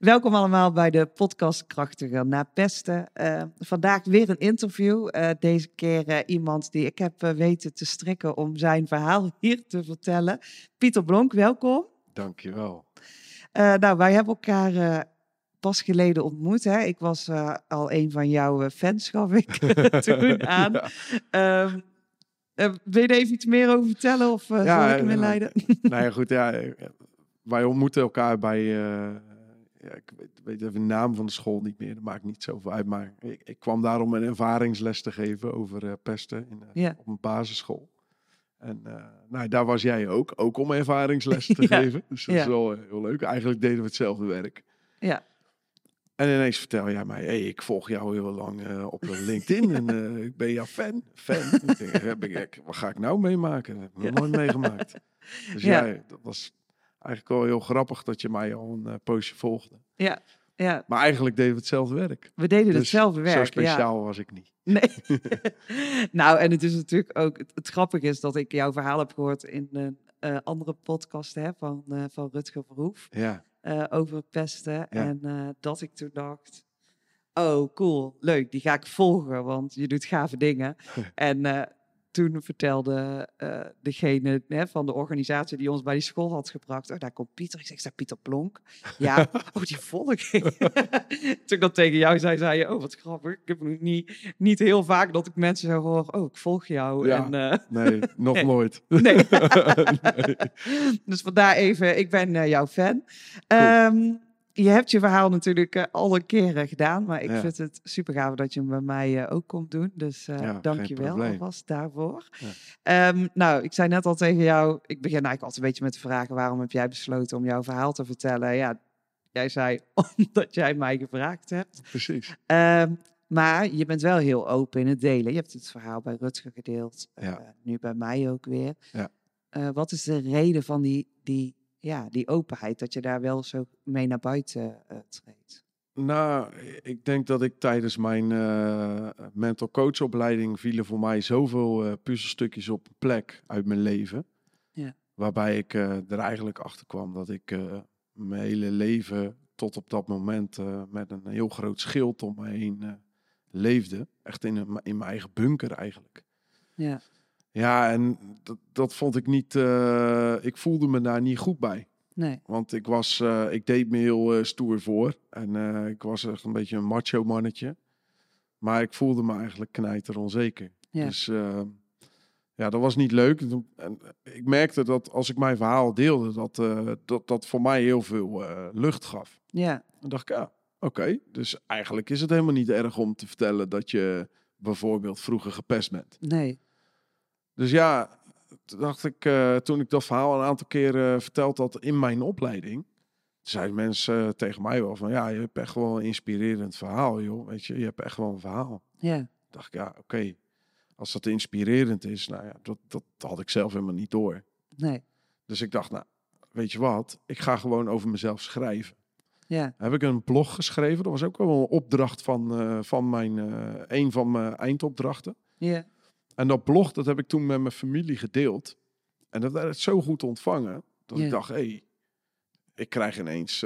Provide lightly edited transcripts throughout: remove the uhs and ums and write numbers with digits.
Welkom allemaal bij de podcast Krachtiger na pesten. Vandaag weer een interview. Deze keer iemand die ik heb weten te strikken om zijn verhaal hier te vertellen. Pieter Blonk, welkom. Dankjewel. Wij hebben elkaar pas geleden ontmoet. Hè? Ik was al een van jouw fans, gaf ik toen aan. Ja. Wil je er even iets meer over vertellen of zal ik hem inleiden? Nou ja, goed. Ja, wij ontmoeten elkaar bij... ik weet even de naam van de school niet meer. Dat maakt niet zoveel uit. Maar ik kwam daar om een ervaringsles te geven over pesten op een basisschool. En daar was jij ook om ervaringsles te geven. Dus dat is wel heel leuk. Eigenlijk deden we hetzelfde werk. Ja. En ineens vertel jij mij, ik volg jou heel lang op LinkedIn en ik ben jouw fan. Ik denk, wat ga ik nou meemaken? Dat heb ik nog nooit meegemaakt. Dus dat was eigenlijk wel heel grappig dat je mij al een poosje volgde. Ja. Maar eigenlijk deden we hetzelfde werk. We deden hetzelfde werk, zo speciaal was ik niet. Nee. Nou, en het is natuurlijk ook... Het grappige is dat ik jouw verhaal heb gehoord in een andere podcast van Rutger Verhoef. Ja. Over pesten. Ja. En dat ik toen dacht... Oh, cool, leuk, die ga ik volgen, want je doet gave dingen. En toen vertelde degene van de organisatie die ons bij die school had gebracht... Oh, daar komt Pieter. Ik zeg, is dat Pieter Blonk? Ja, die volg ik. Toen ik dat tegen jou zei je... Oh, wat grappig. Ik heb nog niet heel vaak dat ik mensen zo hoor... Oh, ik volg jou. Ja, en, nee, nog nooit. Nee. Nee. Dus vandaar even, ik ben jouw fan. Je hebt je verhaal natuurlijk alle keren gedaan, maar ik vind het super gaaf dat je hem bij mij ook komt doen. Dus dank je wel alvast daarvoor. Ja. Ik zei net al tegen jou, ik begin eigenlijk altijd een beetje met de vragen, waarom heb jij besloten om jouw verhaal te vertellen? Ja, jij zei, omdat jij mij gevraagd hebt. Precies. Maar je bent wel heel open in het delen. Je hebt het verhaal bij Rutger gedeeld, nu bij mij ook weer. Ja. Wat is de reden van die openheid, dat je daar wel zo mee naar buiten treedt? Nou, ik denk dat ik tijdens mijn mental coachopleiding vielen voor mij zoveel puzzelstukjes op een plek uit mijn leven. Ja. Waarbij ik er eigenlijk achter kwam dat ik mijn hele leven tot op dat moment met een heel groot schild om me heen leefde. Echt in mijn eigen bunker eigenlijk. Ja. Ja, en dat vond ik niet... ik voelde me daar niet goed bij. Nee. Want ik deed me heel stoer voor. En ik was echt een beetje een macho mannetje. Maar ik voelde me eigenlijk knijter onzeker. Ja. Dus dat was niet leuk. En ik merkte dat als ik mijn verhaal deelde, dat voor mij heel veel lucht gaf. Ja. Dan dacht ik, oké. Dus eigenlijk is het helemaal niet erg om te vertellen dat je bijvoorbeeld vroeger gepest bent. Nee. Dus dacht ik, toen ik dat verhaal een aantal keren verteld had in mijn opleiding, zeiden mensen tegen mij wel van, je hebt echt wel een inspirerend verhaal, joh. Weet je hebt echt wel een verhaal. Ja. Dacht ik, oké. Als dat inspirerend is, dat had ik zelf helemaal niet door. Nee. Dus ik dacht, weet je wat? Ik ga gewoon over mezelf schrijven. Ja. Heb ik een blog geschreven. Dat was ook wel een opdracht van een van mijn eindopdrachten. Ja. En dat blog, dat heb ik toen met mijn familie gedeeld. En dat werd zo goed ontvangen, dat ik dacht, ik krijg ineens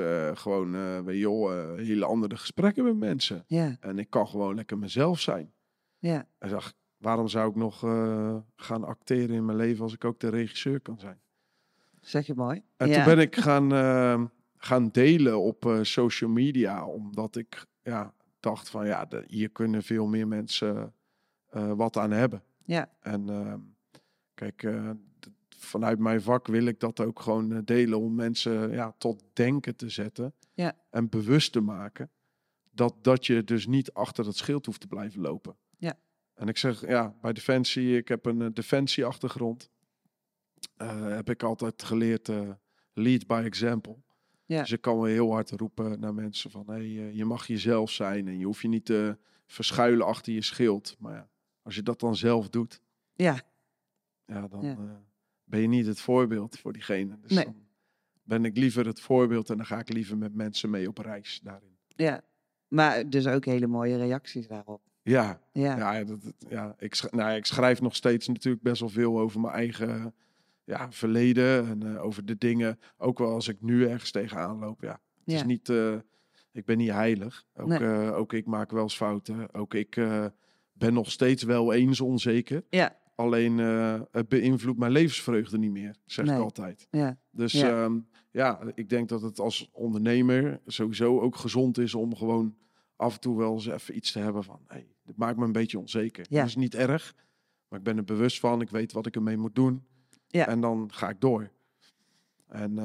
hele andere gesprekken met mensen. Ja. En ik kan gewoon lekker mezelf zijn. Ja. En dacht, waarom zou ik nog gaan acteren in mijn leven als ik ook de regisseur kan zijn? Zeg je mooi. En toen ben ik gaan delen op social media, omdat ik dacht van, hier kunnen veel meer mensen wat aan hebben. Ja. En kijk, vanuit mijn vak wil ik dat ook gewoon delen om mensen tot denken te zetten. Ja. En bewust te maken dat je dus niet achter dat schild hoeft te blijven lopen. Ja. En ik zeg, bij Defensie, ik heb een Defensie-achtergrond. Heb ik altijd geleerd, lead by example. Ja. Dus ik kan wel heel hard roepen naar mensen van, je mag jezelf zijn en je hoeft je niet te verschuilen achter je schild. Maar als je dat dan zelf doet, dan ben je niet het voorbeeld voor diegene. Dus dan ben ik liever het voorbeeld en dan ga ik liever met mensen mee op reis daarin. Ja, maar dus ook hele mooie reacties daarop. Ik schrijf nog steeds natuurlijk best wel veel over mijn eigen verleden en over de dingen. Ook wel als ik nu ergens tegenaan loop. Het is niet Ik ben niet heilig. Ook ik maak wel eens fouten. Ook ik ben nog steeds wel eens onzeker. Ja. Alleen het beïnvloedt mijn levensvreugde niet meer, zeg ik altijd. Ja. Dus ik denk dat het als ondernemer sowieso ook gezond is om gewoon af en toe wel eens even iets te hebben van, hey, dit maakt me een beetje onzeker. Ja. Dat is niet erg, maar ik ben er bewust van. Ik weet wat ik ermee moet doen. Ja. En dan ga ik door. En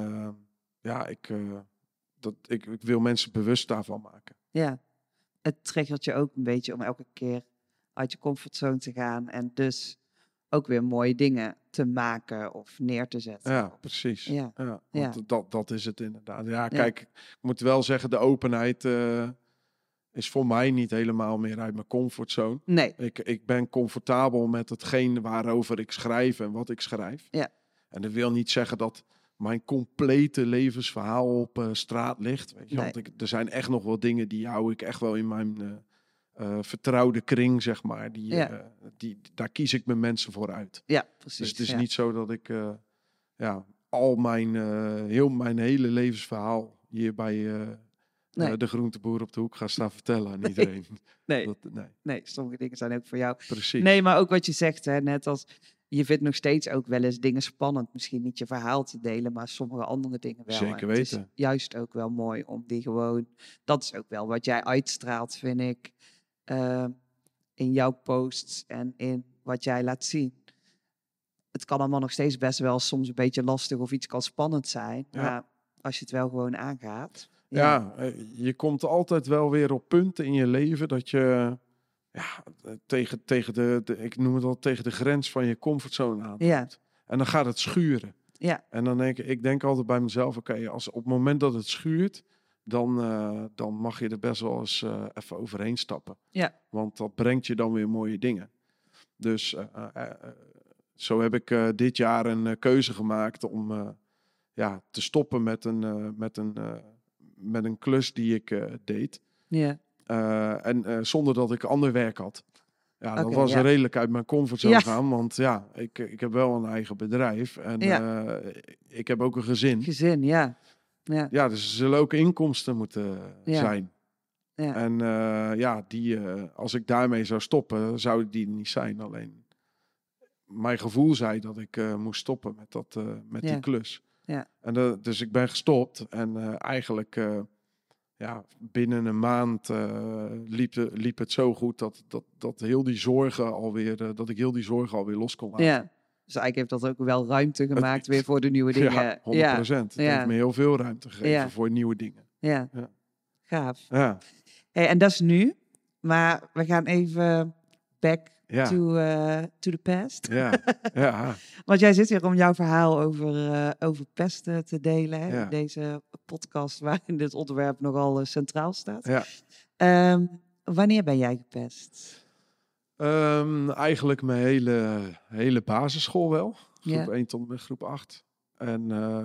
ik wil mensen bewust daarvan maken. Ja, het triggert je ook een beetje om elke keer uit je comfortzone te gaan en dus ook weer mooie dingen te maken of neer te zetten. Ja, precies. Ja. Want dat is het inderdaad. Ja, kijk, ik moet wel zeggen, de openheid is voor mij niet helemaal meer uit mijn comfortzone. Nee. Ik ben comfortabel met hetgeen waarover ik schrijf en wat ik schrijf. Ja. En dat wil niet zeggen dat mijn complete levensverhaal op straat ligt. Weet je? Nee. Want er zijn echt nog wel dingen die hou ik echt wel in mijn vertrouwde kring, zeg maar. Daar kies ik mijn mensen voor uit. Ja, precies. Dus het is niet zo dat ik al mijn hele levensverhaal hier bij de groenteboer op de hoek ga staan vertellen aan iedereen. Nee, sommige dingen zijn ook voor jou. Precies. Nee, maar ook wat je zegt, hè, net als je vindt nog steeds ook wel eens dingen spannend. Misschien niet je verhaal te delen, maar sommige andere dingen wel. Zeker weten. Het is juist ook wel mooi om die gewoon... Dat is ook wel wat jij uitstraalt, vind ik. In jouw posts en in wat jij laat zien. Het kan allemaal nog steeds best wel soms een beetje lastig of iets kan spannend zijn. Ja. Maar als je het wel gewoon aangaat. Ja, je komt altijd wel weer op punten in je leven dat je tegen ik noem het al, tegen de grens van je comfortzone aan. Ja. En dan gaat het schuren. Ja. En dan denk altijd bij mezelf, oké, als op het moment dat het schuurt, dan mag je er best wel eens even overheen stappen. Ja. Want dat brengt je dan weer mooie dingen. Dus zo heb ik dit jaar een keuze gemaakt om te stoppen met een klus die ik deed. Ja. En zonder dat ik ander werk had. Ja, dat was redelijk uit mijn comfortzone gaan. Want ik heb wel een eigen bedrijf. En ik heb ook een gezin. Ja, dus er zullen ook inkomsten moeten zijn. Ja. En als ik daarmee zou stoppen, zou die niet zijn. Alleen mijn gevoel zei dat ik moest stoppen met die klus. Ja. En dus ik ben gestopt. En eigenlijk binnen een maand liep het zo goed dat heel die zorgen alweer, dat ik heel die zorgen alweer los kon laten. Ja. Dus eigenlijk heeft dat ook wel ruimte gemaakt weer voor de nieuwe dingen. Ja, 100%. Het heeft me heel veel ruimte gegeven voor nieuwe dingen. Ja. Gaaf. Ja. Hey, en dat is nu. Maar we gaan even back to the past. Ja. Want jij zit hier om jouw verhaal over pesten te delen. Hè? In deze podcast waarin dit onderwerp nogal centraal staat. Ja. Wanneer ben jij gepest? Eigenlijk mijn hele basisschool wel. Groep 1 tot en met groep 8. En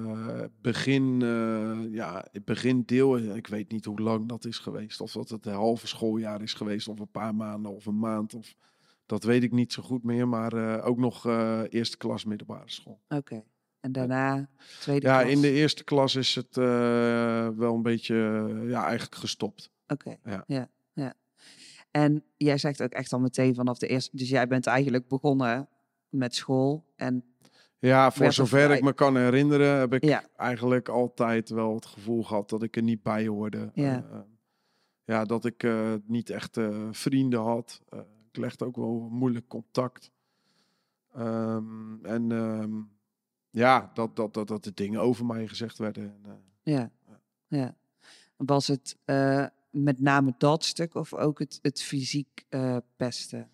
begindeel, ik weet niet hoe lang dat is geweest. Of dat het een halve schooljaar is geweest, of een paar maanden, of een maand. Dat weet ik niet zo goed meer, maar ook nog eerste klas middelbare school. Oké. En daarna tweede klas? Ja, in de eerste klas is het wel een beetje eigenlijk gestopt. Oké. Ja. En jij zegt ook echt al meteen vanaf de eerste... Dus jij bent eigenlijk begonnen met school en... Ja, voor zover ik me kan herinneren heb ik eigenlijk altijd wel het gevoel gehad dat ik er niet bij hoorde. Dat ik niet echt vrienden had. Ik legde ook wel moeilijk contact. Dat de dingen over mij gezegd werden. Ja. Was het met name dat stuk of ook het fysiek pesten?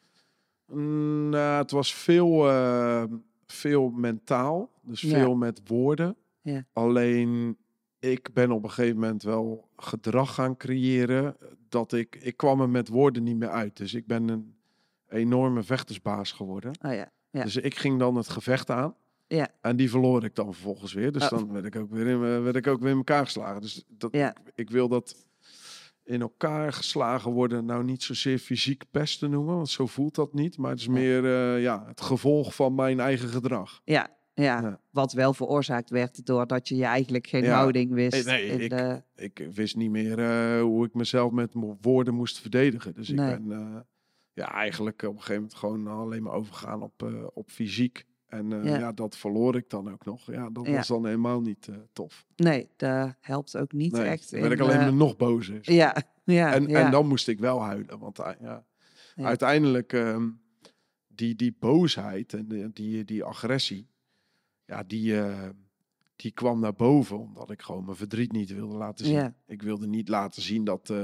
Het was veel mentaal, dus veel met woorden. Ja. Alleen ik ben op een gegeven moment wel gedrag gaan creëren dat ik kwam er met woorden niet meer uit. Dus ik ben een enorme vechtersbaas geworden. Oh ja. Dus ik ging dan het gevecht aan. Ja. En die verloor ik dan vervolgens weer. Dus dan werd ik ook weer in elkaar geslagen. Dus ik wil dat in elkaar geslagen worden nou niet zozeer fysiek pesten noemen. Want zo voelt dat niet. Maar het is meer het gevolg van mijn eigen gedrag. Ja. Ja, wat wel veroorzaakt werd doordat je eigenlijk geen houding wist. Ik wist niet meer hoe ik mezelf met woorden moest verdedigen. Dus ik ben eigenlijk op een gegeven moment gewoon alleen maar overgegaan op fysiek. En dat verloor ik dan ook nog. Ja, dat was dan helemaal niet tof. Nee, dat helpt ook niet echt. Dan ben ik alleen maar nog bozer. En dan moest ik wel huilen. Want uiteindelijk die boosheid en die agressie, ja, die kwam naar boven omdat ik gewoon mijn verdriet niet wilde laten zien. Ja. Ik wilde niet laten zien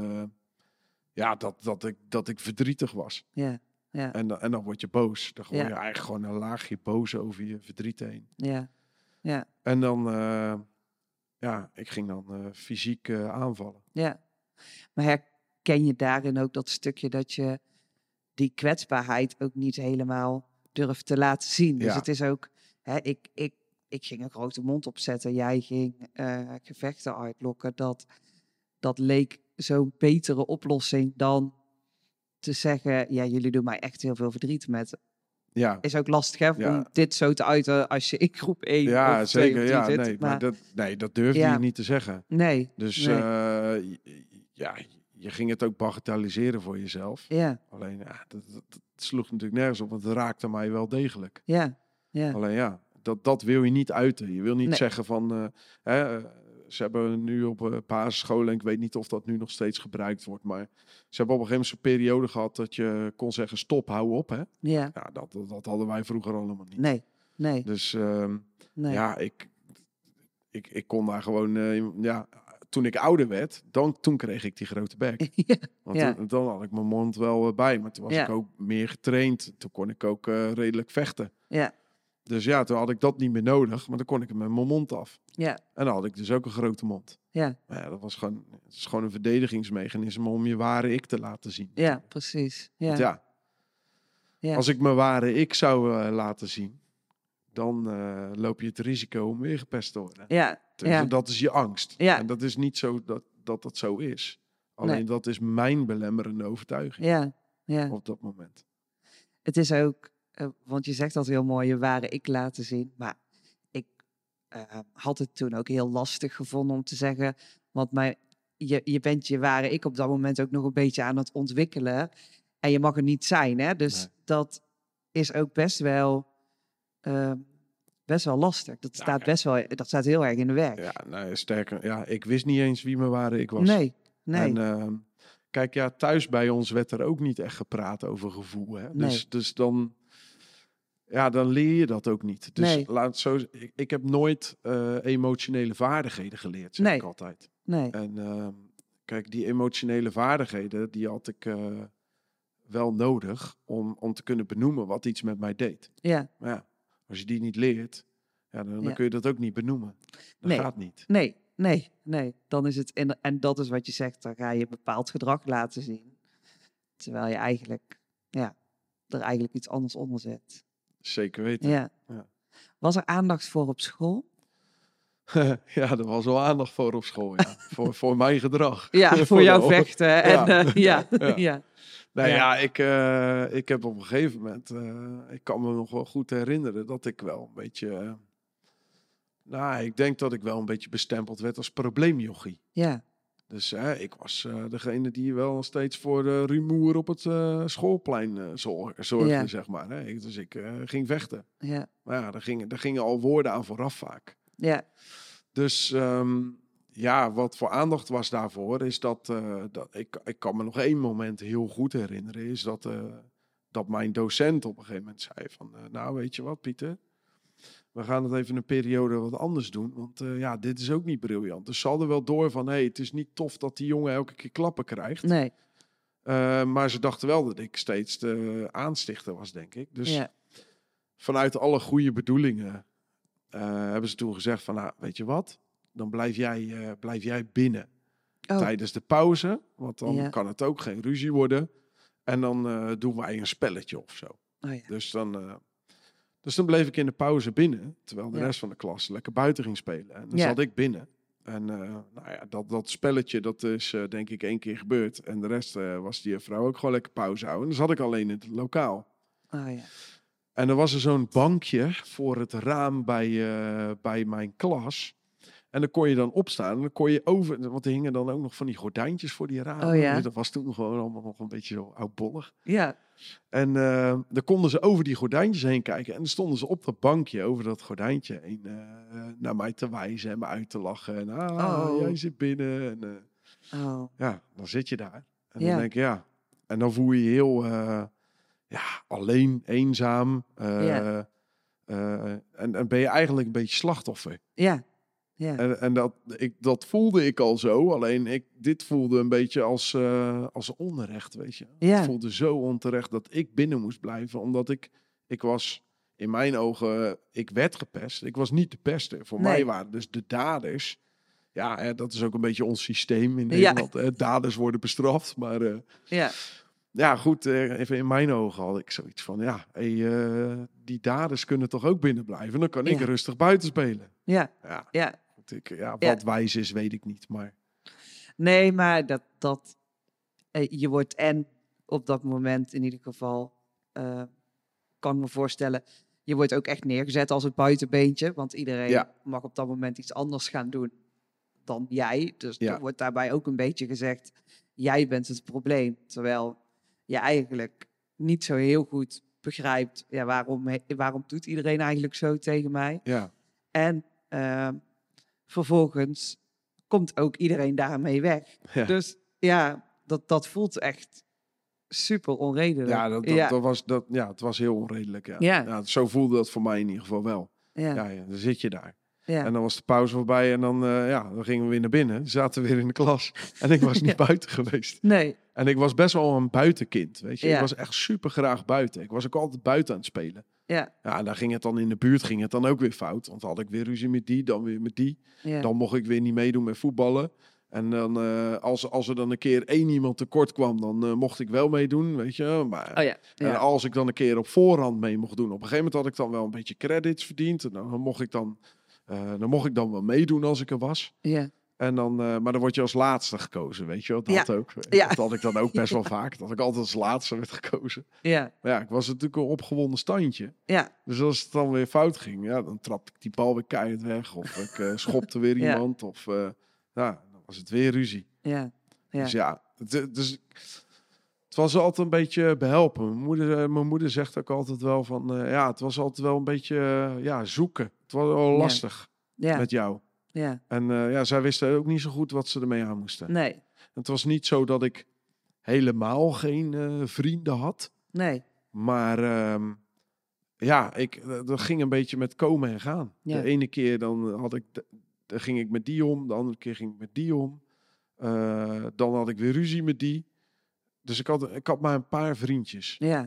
dat ik verdrietig was. Ja. Ja. En dan word je boos. Dan gooi je eigenlijk gewoon een laagje boos over je verdriet heen. Ja. Ja. En dan, ik ging dan fysiek aanvallen. Ja. Maar herken je daarin ook dat stukje dat je die kwetsbaarheid ook niet helemaal durft te laten zien? Dus het is ook, ik ging een grote mond opzetten. Jij ging gevechten uitlokken. Dat leek zo'n betere oplossing dan te zeggen, ja, jullie doen mij echt heel veel verdriet met. Ja. Is ook lastig, hè, om dit zo te uiten als je in groep 1 of 2 of 3 zit. Nee, maar dat durfde je niet te zeggen. Nee. Dus je ging het ook bagatelliseren voor jezelf. Ja. Alleen, dat sloeg natuurlijk nergens op, want het raakte mij wel degelijk. Ja. Alleen dat wil je niet uiten. Je wil niet zeggen van, ze hebben nu op basisscholen, en ik weet niet of dat nu nog steeds gebruikt wordt, maar ze hebben op een gegeven moment zo'n periode gehad dat je kon zeggen stop, hou op. Hè? Ja. Dat hadden wij vroeger allemaal niet. Nee. Dus ik kon daar gewoon, toen ik ouder werd, toen kreeg ik die grote bek. Want dan had ik mijn mond wel bij, maar toen was ik ook meer getraind. Toen kon ik ook redelijk vechten. Ja. Dus toen had ik dat niet meer nodig, maar dan kon ik het met mijn mond af. Ja. En dan had ik dus ook een grote mond. Ja. Maar dat was gewoon een verdedigingsmechanisme om je ware ik te laten zien. Ja, precies. Ja. Want als ik mijn ware ik zou laten zien, dan loop je het risico om weer gepest te worden. Ja. Dus dat is je angst. Ja. En dat is niet zo dat zo is. Alleen dat is mijn belemmerende overtuiging. Ja. Op dat moment. Het is ook, want je zegt dat heel mooi, je ware ik laten zien. Maar ik had het toen ook heel lastig gevonden om te zeggen, want je bent je ware ik op dat moment ook nog een beetje aan het ontwikkelen. En je mag er niet zijn. Hè? Dus dat is ook best wel lastig. Dat staat heel erg in de weg. Ja, sterker. Ik wist niet eens wie mijn ware ik was. Nee. En kijk, thuis bij ons werd er ook niet echt gepraat over gevoel. Hè? Dus dan leer je dat ook niet. Dus ik heb nooit emotionele vaardigheden geleerd, zeg ik altijd. Nee. En kijk, die emotionele vaardigheden, die had ik wel nodig om te kunnen benoemen wat iets met mij deed. Ja. Maar als je die niet leert, dan kun je dat ook niet benoemen. Dat gaat niet. Nee. Dan is het, en dat is wat je zegt, dan ga je bepaald gedrag laten zien. Terwijl je eigenlijk, er eigenlijk iets anders onder zet. Zeker weten. Ja. Was er aandacht voor op school? Ja, er was wel aandacht voor op school, ja. voor mijn gedrag. Ja, voor jouw vechten. Ik heb op een gegeven moment, ik kan me nog wel goed herinneren dat ik wel een beetje, ik denk dat ik wel een beetje bestempeld werd als probleemjochie. Ja. Dus ik was degene die wel steeds voor de rumoer op het schoolplein zorgde, zeg maar. Hè. Dus ik ging vechten. Ja. Maar daar gingen al woorden aan vooraf vaak. Ja. Dus wat voor aandacht was daarvoor, is dat ik kan me nog één moment heel goed herinneren, is dat mijn docent op een gegeven moment zei van, nou weet je wat Pieter, we gaan het even een periode wat anders doen, want dit is ook niet briljant. Dus ze hadden wel door van, het is niet tof dat die jongen elke keer klappen krijgt. Nee. Maar ze dachten wel dat ik steeds de aanstichter was, denk ik. Dus vanuit alle goede bedoelingen hebben ze toen gezegd van, weet je wat? Dan blijf jij binnen tijdens de pauze. Want dan kan het ook geen ruzie worden. En dan doen wij een spelletje of zo. Oh, ja. Dus dan bleef ik in de pauze binnen. Terwijl de rest van de klas lekker buiten ging spelen. En dan zat ik binnen. En dat spelletje, dat is denk ik 1 keer gebeurd. En de rest was die vrouw ook gewoon lekker pauze houden. En dan zat ik alleen in het lokaal. Oh, ja. En er was er zo'n bankje voor het raam bij mijn klas. En dan kon je dan opstaan en dan kon je over... Want er hingen dan ook nog van die gordijntjes voor die ramen. Oh ja. Dus dat was toen gewoon allemaal nog een beetje zo oudbollig. Ja. En dan konden ze over die gordijntjes heen kijken. En dan stonden ze op dat bankje over dat gordijntje heen naar mij te wijzen en me uit te lachen. En jij zit binnen. En ja, dan zit je daar. En dan denk ik, ja. En dan voel je je heel alleen, eenzaam. En ben je eigenlijk een beetje slachtoffer. Ja. Ja. En dat voelde ik al zo. Alleen dit voelde een beetje als onrecht, weet je. Ja. Het voelde zo onterecht dat ik binnen moest blijven. Omdat ik was, in mijn ogen, ik werd gepest. Ik was niet de pester. Voor mij waren dus de daders. Ja, dat is ook een beetje ons systeem in Nederland. Ja. Daders worden bestraft. Maar ja, goed. Even in mijn ogen had ik zoiets van... die daders kunnen toch ook binnen blijven? Dan kan ik rustig buiten spelen. Ja. Wat wijs is, weet ik niet. Maar... Nee, maar je wordt op dat moment in ieder geval... kan me voorstellen... Je wordt ook echt neergezet als het buitenbeentje. Want iedereen mag op dat moment iets anders gaan doen dan jij. Dus er wordt daarbij ook een beetje gezegd... Jij bent het probleem. Terwijl je eigenlijk niet zo heel goed begrijpt... Ja, waarom doet iedereen eigenlijk zo tegen mij? Ja. En vervolgens komt ook iedereen daarmee weg. Ja. Dus ja, dat voelt echt super onredelijk. Ja, het was heel onredelijk. Ja, zo voelde dat voor mij in ieder geval wel. Ja, dan zit je daar. Ja. En dan was de pauze voorbij en dan gingen we weer naar binnen. Zaten we weer in de klas. En ik was niet buiten geweest. Nee. En ik was best wel een buitenkind, weet je. Ik was echt super graag buiten. Ik was ook altijd buiten aan het spelen. Ja, en daar ging het dan in de buurt dan ook weer fout. Want dan had ik weer ruzie met die, dan weer met die. Ja. Dan mocht ik weer niet meedoen met voetballen. En dan als er dan een keer 1 iemand tekort kwam, dan mocht ik wel meedoen, weet je. Maar en als ik dan een keer op voorhand mee mocht doen. Op een gegeven moment had ik dan wel een beetje credits verdiend. En dan mocht ik dan wel meedoen als ik er was. Ja. En dan, maar dan word je als laatste gekozen, weet je wel. Dat ook. Dat had ik dan ook best wel vaak. Dat ik altijd als laatste werd gekozen. Ja. Maar ja, ik was natuurlijk een opgewonden standje. Ja. Dus als het dan weer fout ging, dan trapte ik die bal weer keihard weg. Of ik schopte weer iemand. Of dan was het weer ruzie. Ja. Dus het was altijd een beetje behelpen. Mijn moeder zegt ook altijd wel van... het was altijd wel een beetje zoeken. Het was wel lastig met jou. Ja. En zij wisten ook niet zo goed wat ze ermee aan moesten. Nee. Het was niet zo dat ik helemaal geen vrienden had. Nee. Maar dat ging een beetje met komen en gaan. Ja. De ene keer dan ging ik met die om. De andere keer ging ik met die om. Dan had ik weer ruzie met die. Dus ik had maar een paar vriendjes. Ja.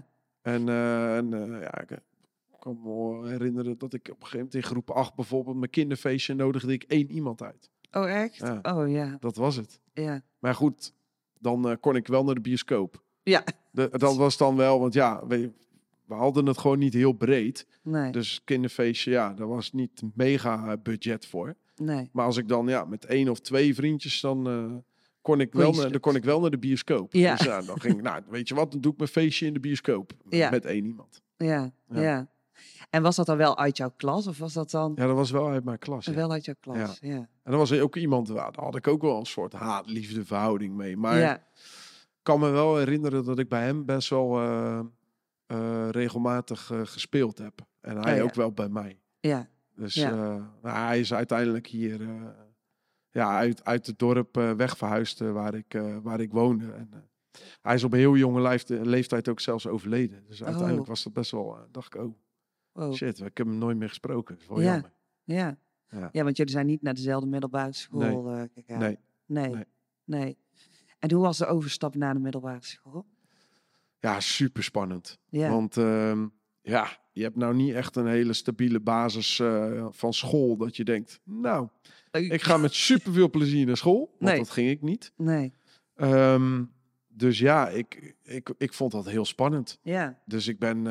Ik kan me herinneren dat ik op een gegeven moment in groep 8 bijvoorbeeld mijn kinderfeestje nodigde ik 1 iemand uit. Oh, echt? Ja. Oh, ja. Dat was het. Ja. Maar goed, dan kon ik wel naar de bioscoop. Ja. Dat was dan wel, want we hadden het gewoon niet heel breed. Nee. Dus kinderfeestje, daar was niet mega budget voor. Nee. Maar als ik dan met 1 of 2 vriendjes, dan kon ik wel naar de bioscoop. Ja. Dus dan ging ik, weet je wat, dan doe ik mijn feestje in de bioscoop. Ja. Met 1 iemand. Ja. En was dat dan wel uit jouw klas? Of was dat dan... Ja, dat was wel uit mijn klas. Wel uit jouw klas, ja. En dan was er ook iemand, daar had ik ook wel een soort haat-liefde verhouding mee. Maar ik kan me wel herinneren dat ik bij hem best wel regelmatig gespeeld heb. En hij ook wel bij mij. Ja. Dus hij is uiteindelijk hier uit het dorp wegverhuisd waar ik woonde. En hij is op een heel jonge leeftijd ook zelfs overleden. Dus uiteindelijk was dat best wel, dacht ik, shit, ik heb hem nooit meer gesproken. Dat is wel jammer. Ja, want jullie zijn niet naar dezelfde middelbare school gegaan. Nee. En hoe was de overstap naar de middelbare school? Ja, super spannend. Ja. Want je hebt nou niet echt een hele stabiele basis van school dat je denkt, ik ga met superveel plezier naar school. Want dat ging ik niet. Nee. Dus ik vond dat heel spannend. Ja. Dus ik ben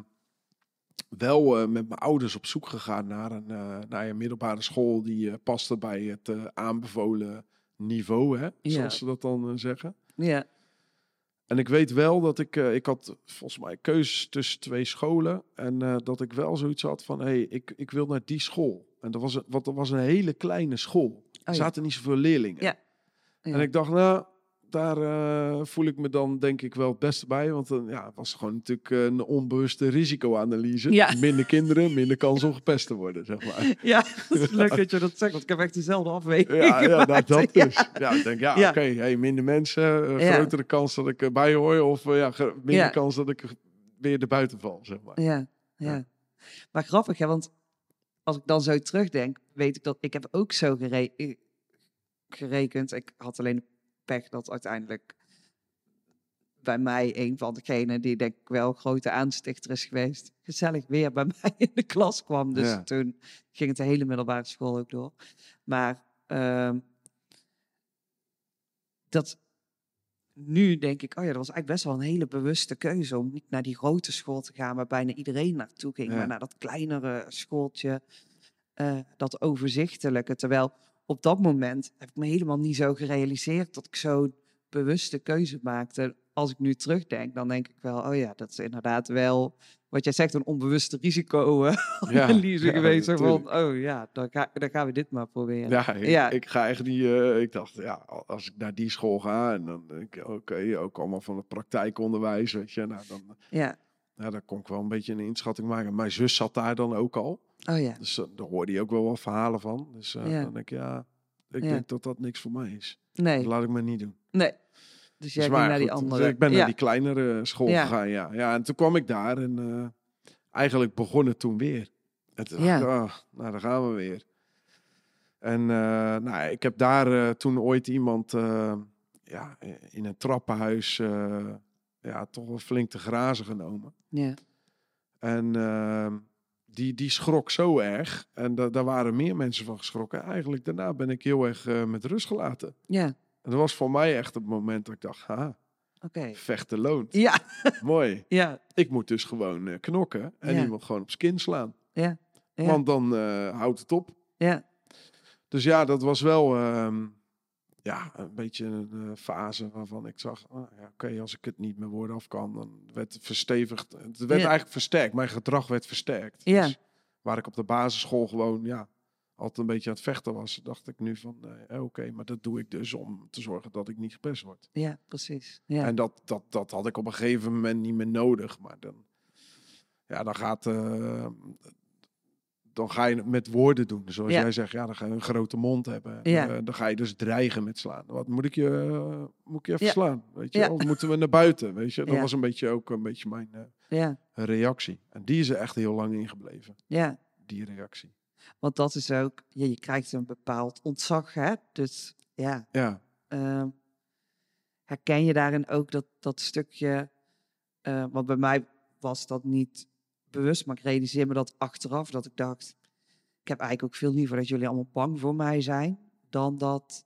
wel met mijn ouders op zoek gegaan naar een middelbare school die paste bij het aanbevolen niveau, hè, zoals ze dat dan zeggen. Ja. En ik weet wel dat ik had volgens mij keuzes tussen 2 scholen. En dat ik wel zoiets had van, ik wil naar die school. En dat was een hele kleine school. Er zaten niet zoveel leerlingen. Ja. En ik dacht, nou, daar voel ik me dan denk ik wel het beste bij. Want het was gewoon natuurlijk een onbewuste risicoanalyse. Ja. Minder kinderen, minder kans om gepest te worden, zeg maar. Ja, dat is leuk dat je dat zegt, want ik heb echt dezelfde afweging Ja, gemaakt. dat dus. Ja, ik denk, Ja. oké, minder mensen, grotere kans dat ik erbij hoor. Of minder kans dat ik weer erbuiten val, zeg maar. Ja. Maar grappig, hè, want als ik dan zo terugdenk, weet ik dat ik heb ook zo gerekend. Ik had alleen de pech dat uiteindelijk bij mij een van degenen die denk ik wel grote aanstichter is geweest, gezellig weer bij mij in de klas kwam. Dus toen ging het de hele middelbare school ook door. Maar dat nu denk ik, dat was eigenlijk best wel een hele bewuste keuze om niet naar die grote school te gaan waar bijna iedereen naartoe ging, maar naar dat kleinere schooltje, dat overzichtelijke. Terwijl op dat moment heb ik me helemaal niet zo gerealiseerd dat ik zo'n bewuste keuze maakte. Als ik nu terugdenk, dan denk ik wel, dat is inderdaad wel, wat jij zegt, een onbewuste risico-analyse geweest. Van, dan gaan we dit maar proberen. Ik ga echt niet, ik dacht, als ik naar die school ga en dan denk ik, ook allemaal van het praktijkonderwijs, weet je, nou dan, daar kon ik wel een beetje een inschatting maken. Mijn zus zat daar dan ook al. Dus daar hoorde je ook wel wat verhalen van. Dus dan denk ik, ik denk dat dat niks voor mij is. Nee. Dat laat ik me niet doen. Nee. Dus jij ging naar die andere. Dus ik ben naar die kleinere school gegaan, ja. En toen kwam ik daar en eigenlijk begon het toen weer. En toen dacht ik, nou, daar gaan we weer. En ik heb daar toen ooit iemand in een trappenhuis toch wel flink te grazen genomen. Ja. En die schrok zo erg. En daar waren meer mensen van geschrokken. Eigenlijk daarna ben ik heel erg met rust gelaten. Ja. En dat was voor mij echt het moment dat ik dacht, vechten loont. Ja. Mooi. Ja. Ik moet dus gewoon knokken en iemand gewoon op zijn kin slaan. Ja. Want dan houdt het op. Ja. Dus dat was wel een beetje een fase waarvan ik zag, als ik het niet met woorden af kan, dan werd het verstevigd. Het werd eigenlijk versterkt. Mijn gedrag werd versterkt. Ja. Dus waar ik op de basisschool gewoon, altijd een beetje aan het vechten was, dacht ik nu van, maar dat doe ik dus om te zorgen dat ik niet gepest word. Ja, precies. Ja. En dat had ik op een gegeven moment niet meer nodig. Maar dan ga je het met woorden doen. Zoals jij zegt, dan ga je een grote mond hebben. Ja. Dan ga je dus dreigen met slaan. Wat moet ik je even slaan? Weet je? Of moeten we naar buiten? Weet je? Dat was ook een beetje mijn reactie. En die is er echt heel lang ingebleven. Ja. Die reactie. Want dat is ook, je krijgt een bepaald ontzag, hè? Dus herken je daarin ook dat stukje, want bij mij was dat niet bewust, maar ik realiseer me dat achteraf, dat ik dacht, ik heb eigenlijk ook veel liever dat jullie allemaal bang voor mij zijn, dan dat...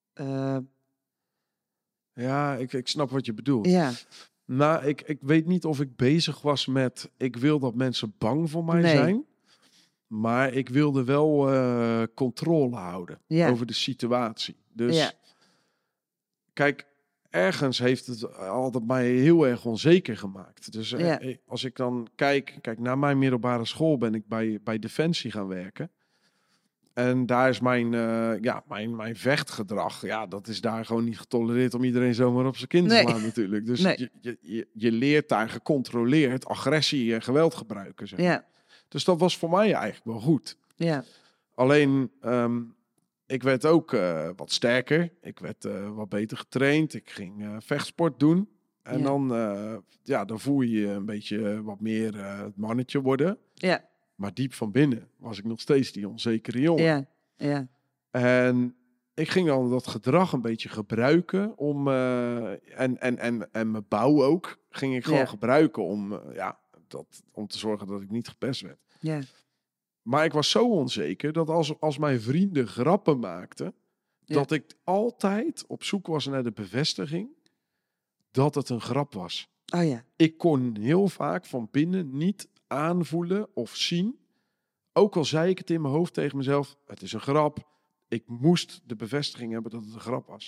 Ja, ik snap wat je bedoelt. Ja. Nou, ik weet niet of ik bezig was met, ik wil dat mensen bang voor mij zijn. Maar ik wilde wel controle houden over de situatie. Dus kijk, ergens heeft het altijd mij heel erg onzeker gemaakt. Dus als ik dan kijk, na mijn middelbare school ben ik bij Defensie gaan werken. En daar is mijn vechtgedrag, dat is daar gewoon niet getolereerd om iedereen zomaar op zijn kin te slaan natuurlijk. Dus je leert daar gecontroleerd agressie en geweld gebruiken. Zeg maar. Ja. Dus dat was voor mij eigenlijk wel goed. Ja. Alleen, ik werd ook wat sterker. Ik werd wat beter getraind. Ik ging vechtsport doen. En dan voel je je een beetje wat meer het mannetje worden. Ja. Maar diep van binnen was ik nog steeds die onzekere jongen. Ja. Ja. En ik ging dan dat gedrag een beetje gebruiken om... en mijn bouw ook ging ik gewoon gebruiken om te zorgen dat ik niet gepest werd. Ja. Maar ik was zo onzeker dat als mijn vrienden grappen maakten, dat ik altijd op zoek was naar de bevestiging dat het een grap was. Oh ja. Ik kon heel vaak van binnen niet aanvoelen of zien, ook al zei ik het in mijn hoofd tegen mezelf, het is een grap. Ik moest de bevestiging hebben dat het een grap was.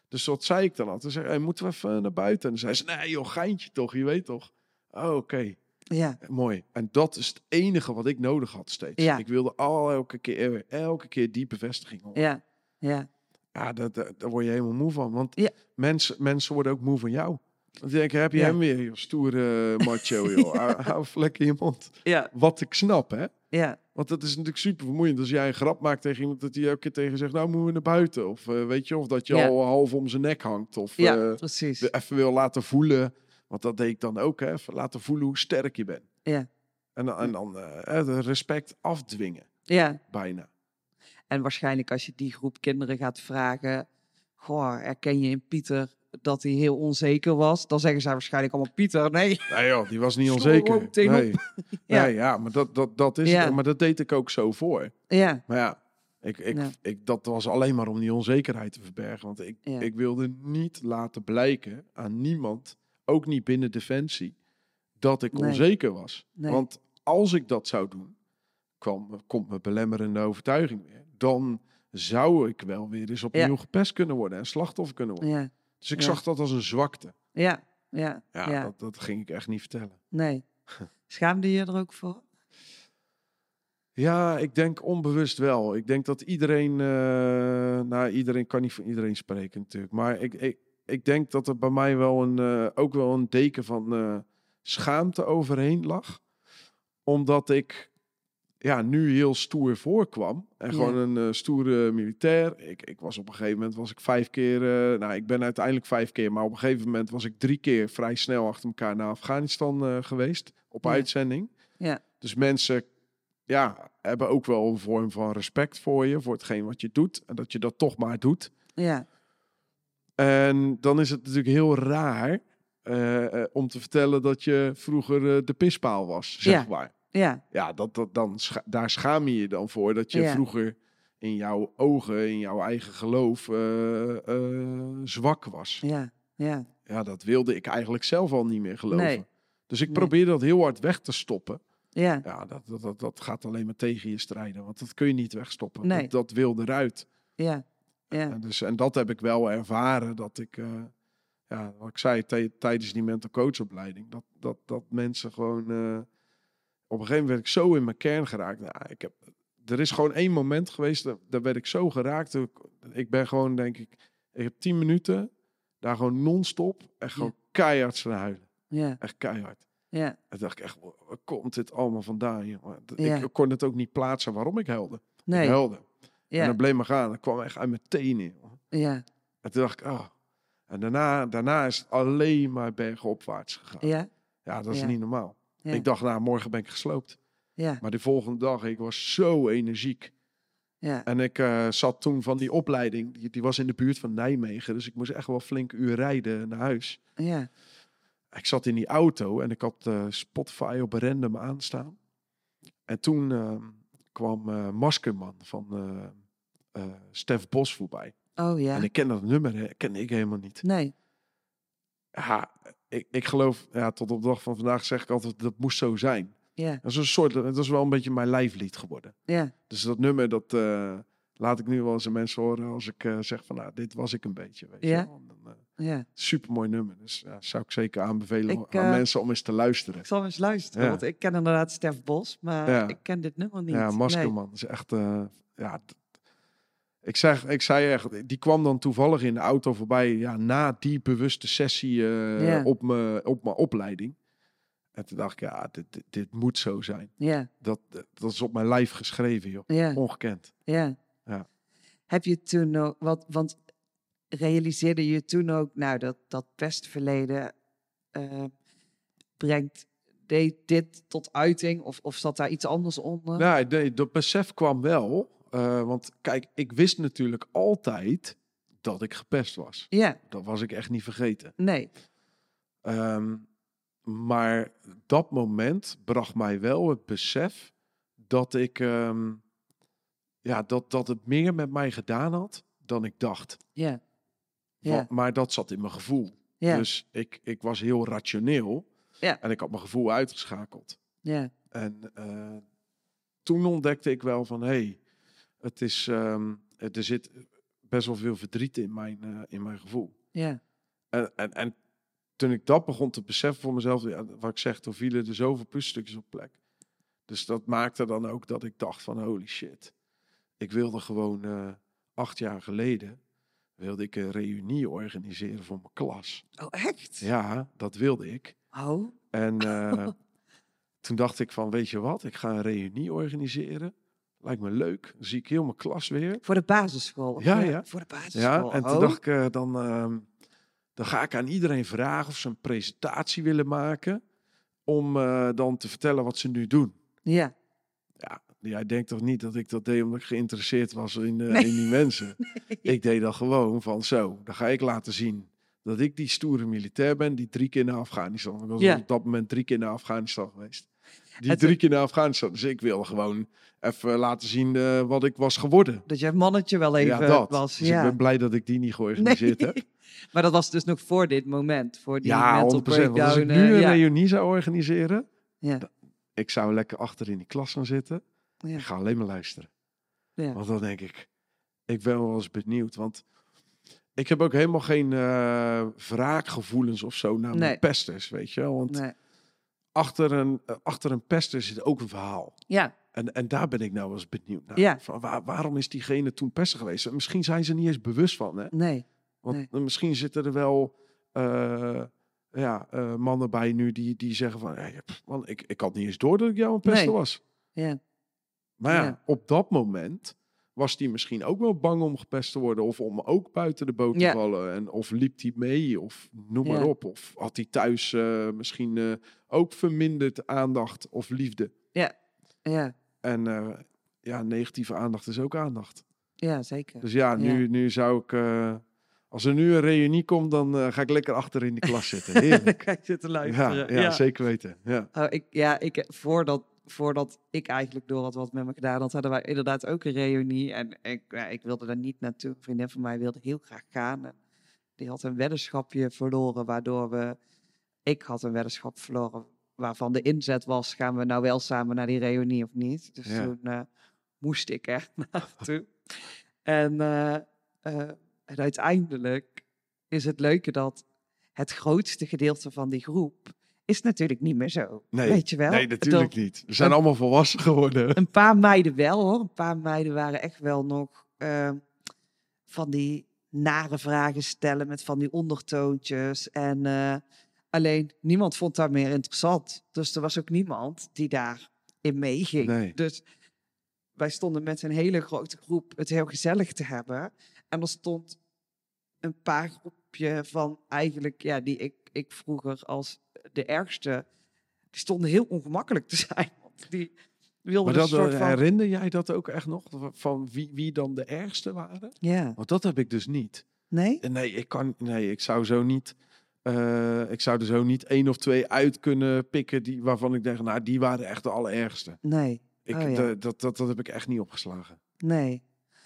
Dus wat zei ik dan altijd? Zei, hey, moeten we even naar buiten? En dan zei ze, nee joh, geintje toch, je weet toch? Oh, oké. Ja. Mooi. En dat is het enige wat ik nodig had steeds. Ja. Ik wilde elke keer die bevestiging horen. Ja. Ja. Ja, daar word je helemaal moe van. Want Ja. mensen worden ook moe van jou. Want die denken, heb je Ja. hem weer, joh, stoere macho, joh. Hou lekker je mond. Ja. Wat ik snap, hè. Ja. Want dat is natuurlijk super vermoeiend. Als jij een grap maakt tegen iemand, dat hij elke keer tegen zegt, nou moeten we naar buiten. Of weet je, of dat je al half om zijn nek hangt. Of precies. even wil laten voelen. Want dat deed ik dan ook, hè. Even laten voelen hoe sterk je bent. Ja. En dan de respect afdwingen. Ja. Bijna. En waarschijnlijk als je die groep kinderen gaat vragen, goh, herken je in Pieter dat hij heel onzeker was? Dan zeggen zij waarschijnlijk allemaal, Pieter, nee. Nee joh, die was niet onzeker. Nee. Ja. Nee, ja, maar dat is het. Maar dat deed ik ook zo voor. Ja. Maar ja, dat was alleen maar om die onzekerheid te verbergen. Want ik wilde niet laten blijken aan niemand, ook niet binnen Defensie, dat ik onzeker was. Nee. Want als ik dat zou doen, komt mijn belemmerende overtuiging weer. Dan zou ik wel weer eens opnieuw gepest kunnen worden en slachtoffer kunnen worden. Ja. Dus ik zag dat als een zwakte. Ja. Dat ging ik echt niet vertellen. Nee. Schaamde je er ook voor? Ja, ik denk onbewust wel. Ik denk dat iedereen... iedereen kan niet voor iedereen spreken natuurlijk. Maar ik denk dat er bij mij wel ook wel een deken van schaamte overheen lag. Omdat ik nu heel stoer voorkwam. En gewoon een stoere militair. Ik was op een gegeven moment 5 keer... ik ben uiteindelijk 5 keer. Maar op een gegeven moment was ik 3 keer vrij snel achter elkaar naar Afghanistan geweest. Op uitzending. Ja. Dus mensen... hebben ook wel een vorm van respect voor je, voor hetgeen wat je doet. En dat je dat toch maar doet. Ja. En dan is het natuurlijk heel raar om te vertellen dat je vroeger de pispaal was, zeg maar. Ja, daar schaam je je dan voor. Dat je vroeger in jouw ogen, in jouw eigen geloof, zwak was. Ja, dat wilde ik eigenlijk zelf al niet meer geloven. Nee. Dus ik probeerde dat heel hard weg te stoppen. Ja, dat gaat alleen maar tegen je strijden. Want dat kun je niet wegstoppen. Nee. Dat wil eruit. Ja. En dat heb ik wel ervaren. Dat ik, wat ik zei tijdens die mental coachopleiding. Dat mensen gewoon... op een gegeven moment werd ik zo in mijn kern geraakt. Er is gewoon 1 moment geweest. Daar werd ik zo geraakt. Ik ben gewoon, denk ik... Ik heb 10 minuten. Daar gewoon non-stop. Echt gewoon keihard zijn huilen. Ja. Echt keihard. Ja. En toen dacht ik echt, waar komt dit allemaal vandaan? Jongen? Ik kon het ook niet plaatsen waarom ik huilde. Nee. Ik huilde. Ja. En dat bleef maar gaan. Dat kwam echt uit mijn tenen. Ja. En toen dacht ik, En daarna is het alleen maar bergopwaarts gegaan. Ja. Ja, dat is niet normaal. Ja. Ik dacht, morgen ben ik gesloopt. Ja. Maar de volgende dag, ik was zo energiek. Ja. En ik zat toen van die opleiding, die was in de buurt van Nijmegen. Dus ik moest echt wel flink uur rijden naar huis. Ja. Ik zat in die auto en ik had Spotify op random aanstaan. En toen kwam Maskerman van Stef Bos voorbij. Oh ja. En ik ken dat nummer, kende ik helemaal niet. Nee. Ja, ik geloof, tot op de dag van vandaag zeg ik altijd, dat moest zo zijn. Ja. Dat is wel een beetje mijn lijflied geworden. Ja. Dus dat nummer, dat laat ik nu wel eens aan mensen horen als ik zeg van, dit was ik een beetje. Weet je wel. Supermooi nummer. Dus zou ik zeker aanbevelen aan mensen om eens te luisteren. Ik zal eens luisteren, want ik ken inderdaad Stef Bos, maar ik ken dit nummer niet. Ja, Maskerman is echt... Ik zei echt, die kwam dan toevallig in de auto voorbij na die bewuste sessie op mijn opleiding. En toen dacht ik, dit moet zo zijn. Ja. Dat is op mijn lijf geschreven, joh. Ja. Ongekend. Ja. Heb je toen nog, want realiseerde je toen ook, dat pestverleden deed dit tot uiting? Of zat daar iets anders onder? Nee, dat besef kwam wel. Want kijk, ik wist natuurlijk altijd dat ik gepest was. Ja. Dat was ik echt niet vergeten. Nee. Maar dat moment bracht mij wel het besef dat ik... dat het meer met mij gedaan had dan ik dacht. Ja. Ja. Maar dat zat in mijn gevoel. Ja. Dus ik was heel rationeel. Ja. En ik had mijn gevoel uitgeschakeld. Ja. En toen ontdekte ik wel van... het is, er zit best wel veel verdriet in mijn gevoel. Ja. En toen ik dat begon te beseffen voor mezelf, wat ik zeg, toen vielen er zoveel puzzelstukjes op plek. Dus dat maakte dan ook dat ik dacht van holy shit. Ik wilde gewoon 8 jaar geleden, wilde ik een reunie organiseren voor mijn klas. Oh, echt? Ja, dat wilde ik. Oh. En toen dacht ik van, weet je wat, ik ga een reunie organiseren. Lijkt me leuk. Dan zie ik heel mijn klas weer. Voor de basisschool? Ja. Voor de basisschool. Ja, en toen dacht ik, dan ga ik aan iedereen vragen of ze een presentatie willen maken. Om dan te vertellen wat ze nu doen. Ja. Ja, jij denkt toch niet dat ik dat deed omdat ik geïnteresseerd was in die mensen. Nee. Ik deed dat gewoon van zo. Dan ga ik laten zien dat ik die stoere militair ben die 3 keer naar Afghanistan. Ik was op dat moment 3 keer naar Afghanistan geweest. 3 keer naar Afghanistan. Dus ik wil gewoon even laten zien wat ik was geworden. Dat je mannetje wel even was. Dus ik ben blij dat ik die niet georganiseerd heb. Maar dat was dus nog voor dit moment. Voor die mental 100%. breakdown. Want als ik nu een reunie zou organiseren, ik zou lekker achter in die klas gaan zitten. Ik ga alleen maar luisteren. Ja. Want dan denk ik ben wel eens benieuwd. Want ik heb ook helemaal geen wraakgevoelens of zo naar mijn pesters, weet je wel. Want achter een pester zit ook een verhaal. Ja. En daar ben ik nou eens benieuwd naar. Ja. Van waarom is diegene toen pester geweest? Misschien zijn ze niet eens bewust van, hè? Nee. Want misschien zitten er wel mannen bij nu die zeggen van... Hey, man, ik had niet eens door dat ik jou een pester was. Ja. Maar op dat moment was die misschien ook wel bang om gepest te worden. Of om ook buiten de boot te vallen. Of liep hij mee, of noem maar op. Of had hij thuis misschien ook verminderd aandacht of liefde. Ja, ja. En negatieve aandacht is ook aandacht. Ja, zeker. Dus nu zou ik... als er nu een reunie komt, dan ga ik lekker achter in de klas zitten. Heerlijk. Ga je zitten luisteren. Ja, zeker weten. Ja. Voordat ik eigenlijk door had wat met me gedaan had, hadden wij inderdaad ook een reunie. En ik wilde daar niet naartoe. Een vriendin van mij wilde heel graag gaan. En die had een weddenschapje verloren, waardoor ik had een weddenschap verloren, waarvan de inzet was, gaan we nou wel samen naar die reunie of niet? Dus toen moest ik er naartoe. En uiteindelijk is het leuke dat het grootste gedeelte van die groep is natuurlijk niet meer zo. Nee, weet je wel? Nee, natuurlijk niet. We zijn allemaal volwassen geworden. Een paar meiden wel, hoor. Een paar meiden waren echt wel nog van die nare vragen stellen met van die ondertoontjes. En alleen niemand vond dat meer interessant. Dus er was ook niemand die daarin meeging. Nee. Dus wij stonden met een hele grote groep het heel gezellig te hebben. En er stond een paar groepje van eigenlijk, die ik vroeger als de ergste, die stonden heel ongemakkelijk te zijn. Want die wilden maar dat, herinner jij dat ook echt nog? Van wie dan de ergste waren? Ja. Want dat heb ik dus niet. Nee? Ik zou zo niet... ik zou er zo niet 1 of 2 uit kunnen pikken waarvan ik denk, nou, die waren echt de allerergste. Nee. Dat heb ik echt niet opgeslagen. Nee.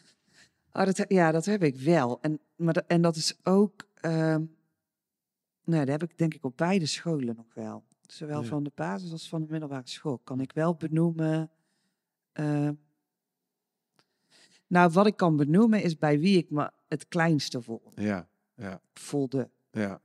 Dat heb ik wel. En dat is ook... dat heb ik denk ik op beide scholen nog wel. Zowel van de basis als van de middelbare school. Kan ik wel benoemen... wat ik kan benoemen is bij wie ik me het kleinste voelde. Ja.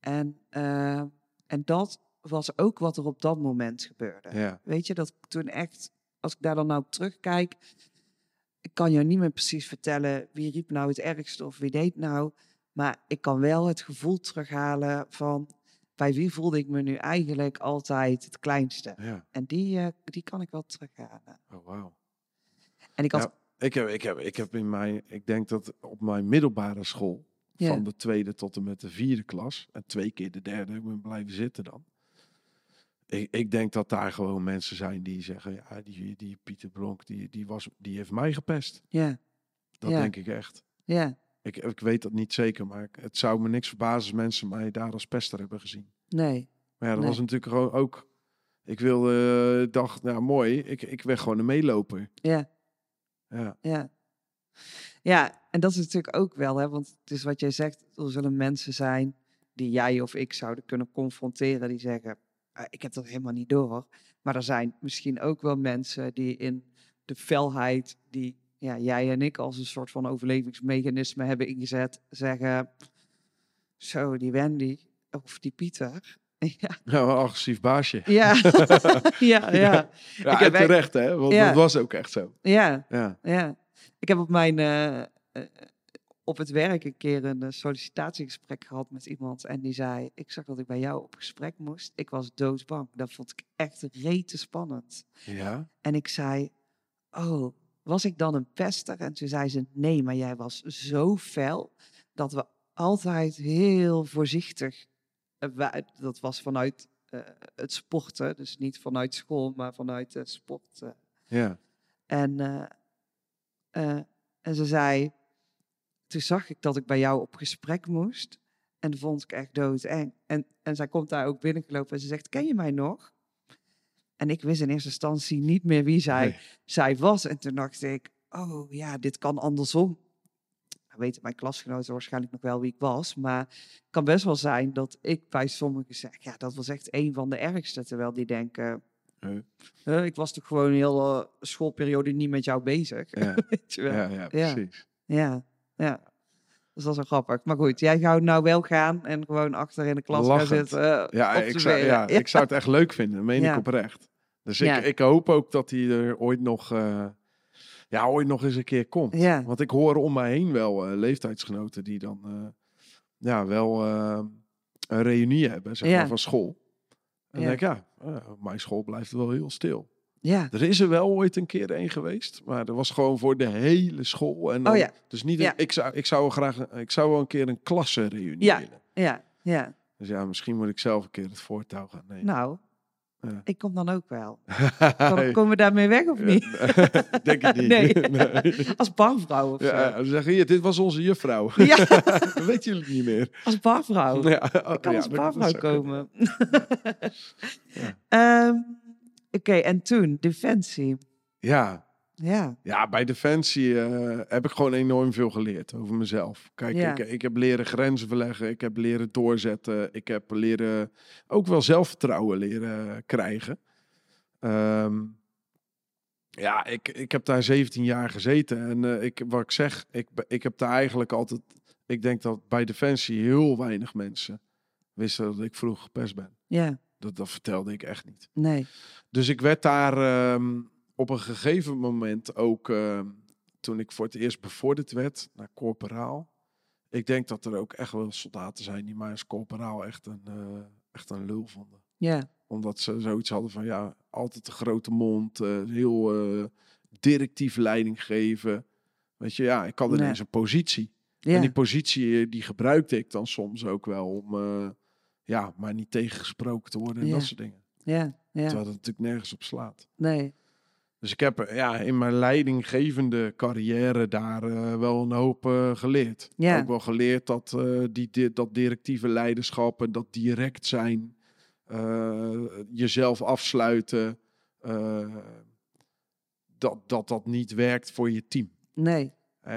En dat was ook wat er op dat moment gebeurde. Ja. Weet je, dat toen echt... Als ik daar dan nou op terugkijk... Ik kan je niet meer precies vertellen wie riep nou het ergste of wie deed nou. Maar ik kan wel het gevoel terughalen van... bij wie voelde ik me nu eigenlijk altijd het kleinste. Ja. En die kan ik wel terughalen. Oh, wauw. En ik had... Ik heb ik denk dat op mijn middelbare school... van de 2e tot en met de 4e klas... en 2 keer de 3e, ik ben blijven zitten dan... Ik denk dat daar gewoon mensen zijn die zeggen... ja, die Pieter Bronk, die heeft mij gepest. Ja. Dat denk ik echt. Ja. Ik weet dat niet zeker, maar het zou me niks verbazen als mensen mij daar als pester hebben gezien. Nee. Maar ja, dat was natuurlijk gewoon ook... Ik dacht, nou mooi, ik werd gewoon een meeloper. Ja. Ja. Ja. Ja, en dat is natuurlijk ook wel, hè, want het is wat jij zegt, er zullen mensen zijn die jij of ik zouden kunnen confronteren, die zeggen, ik heb dat helemaal niet door. Maar er zijn misschien ook wel mensen die in de felheid die jij en ik als een soort van overlevingsmechanisme hebben ingezet. Zeggen, zo die Wendy of die Pieter. Ja, Ja, een agressief baasje. ja, ja. Ja, Ik heb terecht, hè? Want Ja. dat was ook echt zo. Ja, Ja. ja. Ik heb op mijn op het werk een keer een sollicitatiegesprek gehad met iemand. En die zei, ik zag dat ik bij jou op gesprek moest. Ik was doodsbang. Dat vond ik echt rete spannend. Ja? En ik zei, oh, was ik dan een pester? En toen zei ze, nee, maar jij was zo fel dat we altijd heel voorzichtig... dat was vanuit het sporten, dus niet vanuit school, maar vanuit sport. Ja. En ze zei, toen zag ik dat ik bij jou op gesprek moest. En dat vond ik echt doodeng. En zij komt daar ook binnengelopen en ze zegt, ken je mij nog? En ik wist in eerste instantie niet meer wie zij was. En toen dacht ik, oh ja, dit kan andersom. Nou, weten mijn klasgenoten waarschijnlijk nog wel wie ik was. Maar het kan best wel zijn dat ik bij sommigen zeg, ja, dat was echt een van de ergste. Terwijl die denken, ik was toch gewoon een hele schoolperiode niet met jou bezig. Ja, Weet je wel? ja precies. Ja. Dus dat is wel grappig. Maar goed, jij zou nou wel gaan en gewoon achter in de klas gaan Lachend. zitten. Ik zou het echt leuk vinden, dat meen ik oprecht. Dus ik hoop ook dat hij er ooit nog eens een keer komt. Ja. Want ik hoor om mij heen wel leeftijdsgenoten die dan wel een reunie hebben, zeg maar, van school. En dan denk ik, mijn school blijft wel heel stil. Ja. Er is er wel ooit een keer een geweest, maar dat was gewoon voor de hele school. En dan, dus niet. Ik zou wel een keer een klassenreunie willen. Ja. Dus ja, misschien moet ik zelf een keer het voortouw gaan nemen. Nou, ik kom dan ook wel. Komen we daarmee weg of niet? Denk ik niet. Nee. Als barvrouw of zo. Ze zeggen, hier, dit was onze juffrouw. Ja. Dat weten jullie niet meer. Als barvrouw. Ja. Ik kan als barvrouw komen. Oké, en toen, Defensie. Ja. Ja. Ja, bij Defensie heb ik gewoon enorm veel geleerd over mezelf. Kijk, ik heb leren grenzen verleggen. Ik heb leren doorzetten. Ik heb leren ook wel zelfvertrouwen leren krijgen. Ik heb daar 17 jaar gezeten. En wat ik zeg, ik heb daar eigenlijk altijd... Ik denk dat bij Defensie heel weinig mensen wisten dat ik vroeg gepest ben. Ja. Dat vertelde ik echt niet. Nee. Dus ik werd daar... op een gegeven moment ook, toen ik voor het eerst bevorderd werd naar corporaal. Ik denk dat er ook echt wel soldaten zijn die mij als corporaal echt een lul vonden. Ja. Omdat ze zoiets hadden van, altijd een grote mond, heel directief leiding geven. Weet je, ik had ineens een positie. Ja. En die positie, die gebruikte ik dan soms ook wel om, maar niet tegengesproken te worden en dat soort dingen. Ja. Terwijl dat natuurlijk nergens op slaat. Nee. Dus ik heb in mijn leidinggevende carrière daar wel een hoop geleerd. Ja. Ook wel geleerd dat dat directieve leiderschap en dat direct zijn, jezelf afsluiten, dat niet werkt voor je team. Nee.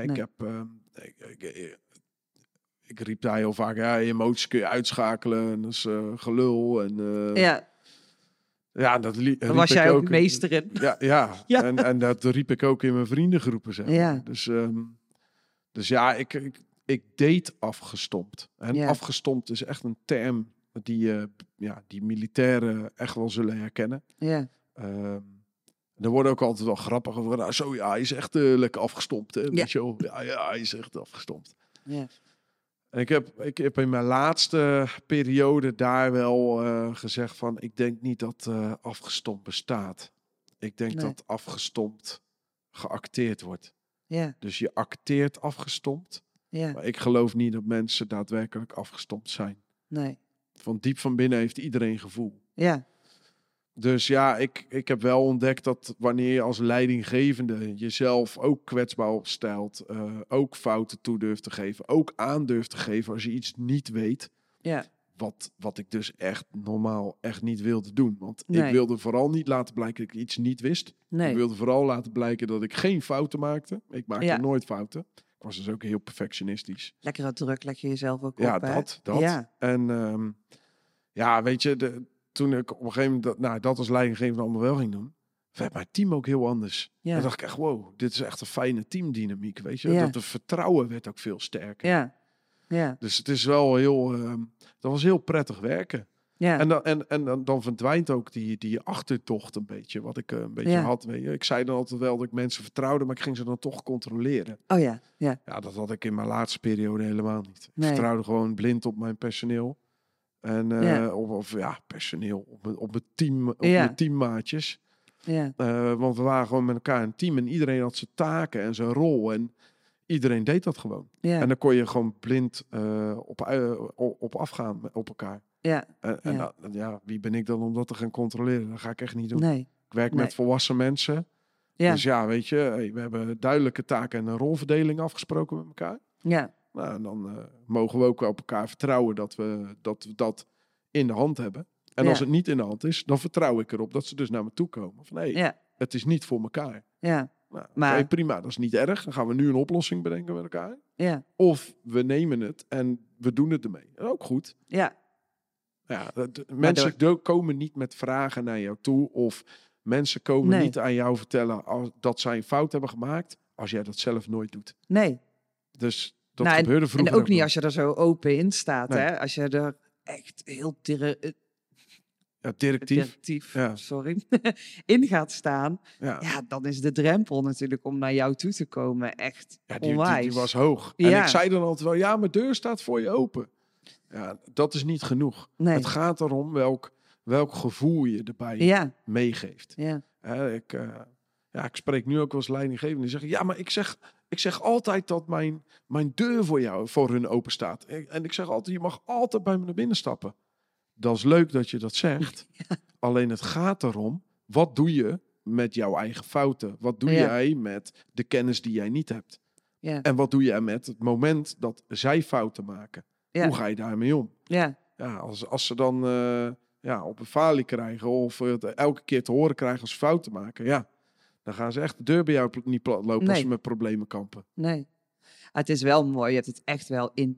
Ik riep daar heel vaak, emoties kun je uitschakelen en dat is gelul. En, ja, dat was jij ook meester in. Ja. En dat riep ik ook in mijn vriendengroepen. Zeg maar. Ja. Dus ik deed afgestompt. En afgestompt is echt een term die militairen echt wel zullen herkennen. Ja. Er worden ook altijd wel grappig over. Hij is echt lekker afgestompt. Hè? Weet je wel? Ja, hij is echt afgestompt. Ja. En ik heb in mijn laatste periode daar wel gezegd van... Ik denk niet dat afgestompt bestaat. Ik denk dat afgestompt geacteerd wordt. Ja. Dus je acteert afgestompt. Ja. Maar ik geloof niet dat mensen daadwerkelijk afgestompt zijn. Nee. Van diep van binnen heeft iedereen gevoel. Ja. Dus ik heb wel ontdekt dat wanneer je als leidinggevende jezelf ook kwetsbaar opstelt, ook fouten toe durft te geven, ook aan durft te geven als je iets niet weet. Ja. Wat ik dus echt normaal echt niet wilde doen. Want ik wilde vooral niet laten blijken dat ik iets niet wist. Nee. Ik wilde vooral laten blijken dat ik geen fouten maakte. Ik maakte nooit fouten. Ik was dus ook heel perfectionistisch. Lekkere druk leg je jezelf ook op. Ja, dat. Ja. En weet je, toen ik op een gegeven moment dat als leidinggevende allemaal wel ging doen, werd mijn team ook heel anders. Ja. Dan dacht ik echt, wow, dit is echt een fijne teamdynamiek, weet je. Ja. Dat de vertrouwen werd ook veel sterker. Ja. Ja. Dus het is wel heel, dat was heel prettig werken. Ja. En dan verdwijnt ook die achtertocht een beetje, wat ik een beetje had. Weet je. Ik zei dan altijd wel dat ik mensen vertrouwde, maar ik ging ze dan toch controleren. Oh ja, ja. Ja, dat had ik in mijn laatste periode helemaal niet. Ik Nee. vertrouwde gewoon blind op mijn personeel. En personeel, op mijn team, op mijn teammaatjes. Ja. Want we waren gewoon met elkaar een team en iedereen had zijn taken en zijn rol. En iedereen deed dat gewoon. Ja. En dan kon je gewoon blind op afgaan op elkaar. Ja. Wie ben ik dan om dat te gaan controleren? Dat ga ik echt niet doen. Nee. Ik werk met volwassen mensen. Ja. Dus ja, weet je, we hebben duidelijke taken en een rolverdeling afgesproken met elkaar. Ja. Nou, en dan mogen we ook op elkaar vertrouwen dat we dat in de hand hebben. En als het niet in de hand is, dan vertrouw ik erop dat ze dus naar me toe komen. Van het is niet voor elkaar. Ja. Nou, maar prima, dat is niet erg. Dan gaan we nu een oplossing bedenken met elkaar. Ja. Of we nemen het en we doen het ermee. Ook goed. Ja. Ja, mensen komen niet met vragen naar jou toe. Of mensen komen niet aan jou vertellen dat zij een fout hebben gemaakt. Als jij dat zelf nooit doet. Nee. Dus dat gebeurde vroeger. En ook niet als je er zo open in staat. Nee. Hè? Als je er echt heel directief in gaat staan. Ja, dan is de drempel natuurlijk om naar jou toe te komen echt onwijs. Die was hoog. En ik zei dan altijd wel, mijn deur staat voor je open. Ja, dat is niet genoeg. Nee. Het gaat erom welk gevoel je erbij meegeeft. Ja. Ik spreek nu ook wel eens leidinggevenden die zeggen, maar ik zeg altijd dat mijn deur voor hun open staat. En ik zeg altijd, je mag altijd bij me naar binnen stappen. Dat is leuk dat je dat zegt. Ja. Alleen het gaat erom, wat doe je met jouw eigen fouten? Wat doe jij met de kennis die jij niet hebt? Ja. En wat doe jij met het moment dat zij fouten maken? Ja. Hoe ga je daarmee om? Ja. Ja, als ze dan op een falie krijgen of elke keer te horen krijgen als ze fouten maken, dan gaan ze echt de deur bij jou niet plat lopen als ze met problemen kampen. Nee. Het is wel mooi, je hebt het echt wel in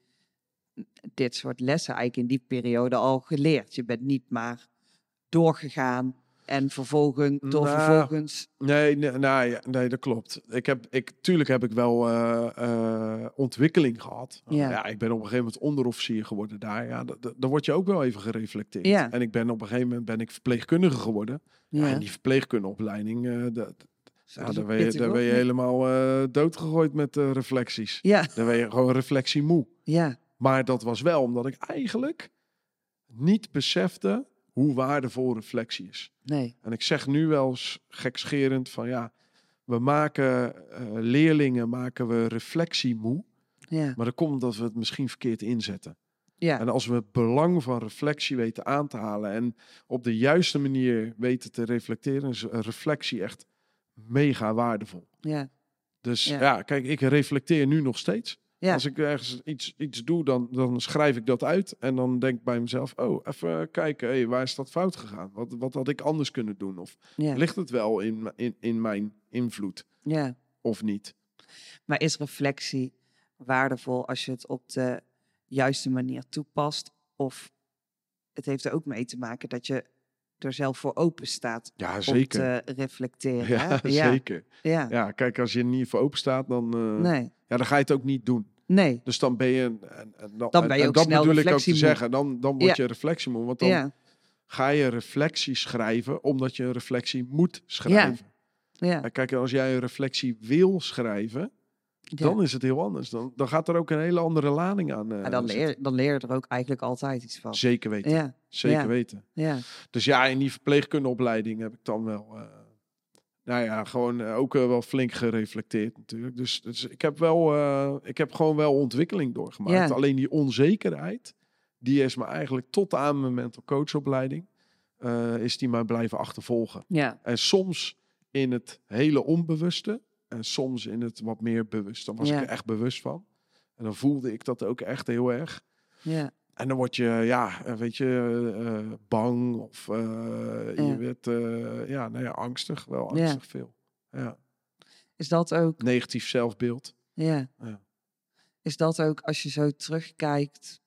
dit soort lessen eigenlijk in die periode al geleerd. Je bent niet maar doorgegaan en vervolgens... Nee, dat klopt. Tuurlijk heb ik wel ontwikkeling gehad. Ja. Ik ben op een gegeven moment onderofficier geworden daar. Ja, dan word je ook wel even gereflecteerd. Ja. En op een gegeven moment verpleegkundige geworden. Ja. En die verpleegkundeopleiding, daar ben je helemaal doodgegooid met reflecties. Ja. Dan ben je gewoon reflectiemoe. Ja. Maar dat was wel omdat ik eigenlijk niet besefte hoe waardevol reflectie is. Nee. En ik zeg nu wel eens gekscherend van we maken leerlingen reflectie moe. Ja. Maar dat komt omdat we het misschien verkeerd inzetten. Ja. En als we het belang van reflectie weten aan te halen en op de juiste manier weten te reflecteren, is reflectie echt mega waardevol. Ja. Dus kijk, ik reflecteer nu nog steeds. Ja. Als ik ergens iets doe, dan schrijf ik dat uit. En dan denk ik bij mezelf, even kijken, waar is dat fout gegaan? Wat had ik anders kunnen doen? Of ligt het wel in mijn invloed? Ja. Of niet? Maar is reflectie waardevol als je het op de juiste manier toepast? Of het heeft er ook mee te maken dat je er zelf voor open staat om te reflecteren. Ja, zeker. Ja, kijk, als je er niet voor open staat, dan ga je het ook niet doen. Nee. Dus dan ben je... Dan ben je ook snel bedoel ik ook te zeggen. Dan word je reflectiemoe. Want dan ga je reflectie schrijven, omdat je een reflectie moet schrijven. Ja. Kijk, als jij een reflectie wil schrijven, dan is het heel anders. Dan gaat er ook een hele andere lading aan. Dan leer je er ook eigenlijk altijd iets van. Zeker weten. Ja. Zeker weten. Ja. Dus in die verpleegkundeopleiding heb ik dan wel... gewoon ook wel flink gereflecteerd natuurlijk. Dus ik heb gewoon wel ontwikkeling doorgemaakt. Ja. Alleen die onzekerheid, die is me eigenlijk tot aan mijn mental coachopleiding, is die mij blijven achtervolgen. Ja. En soms in het hele onbewuste en soms in het wat meer bewust. Dan was ik er echt bewust van. En dan voelde ik dat ook echt heel erg. Ja. En dan word je, bang of je werd, angstig. Wel angstig veel. Ja. Is dat ook... Negatief zelfbeeld. Ja. Is dat ook als je zo terugkijkt...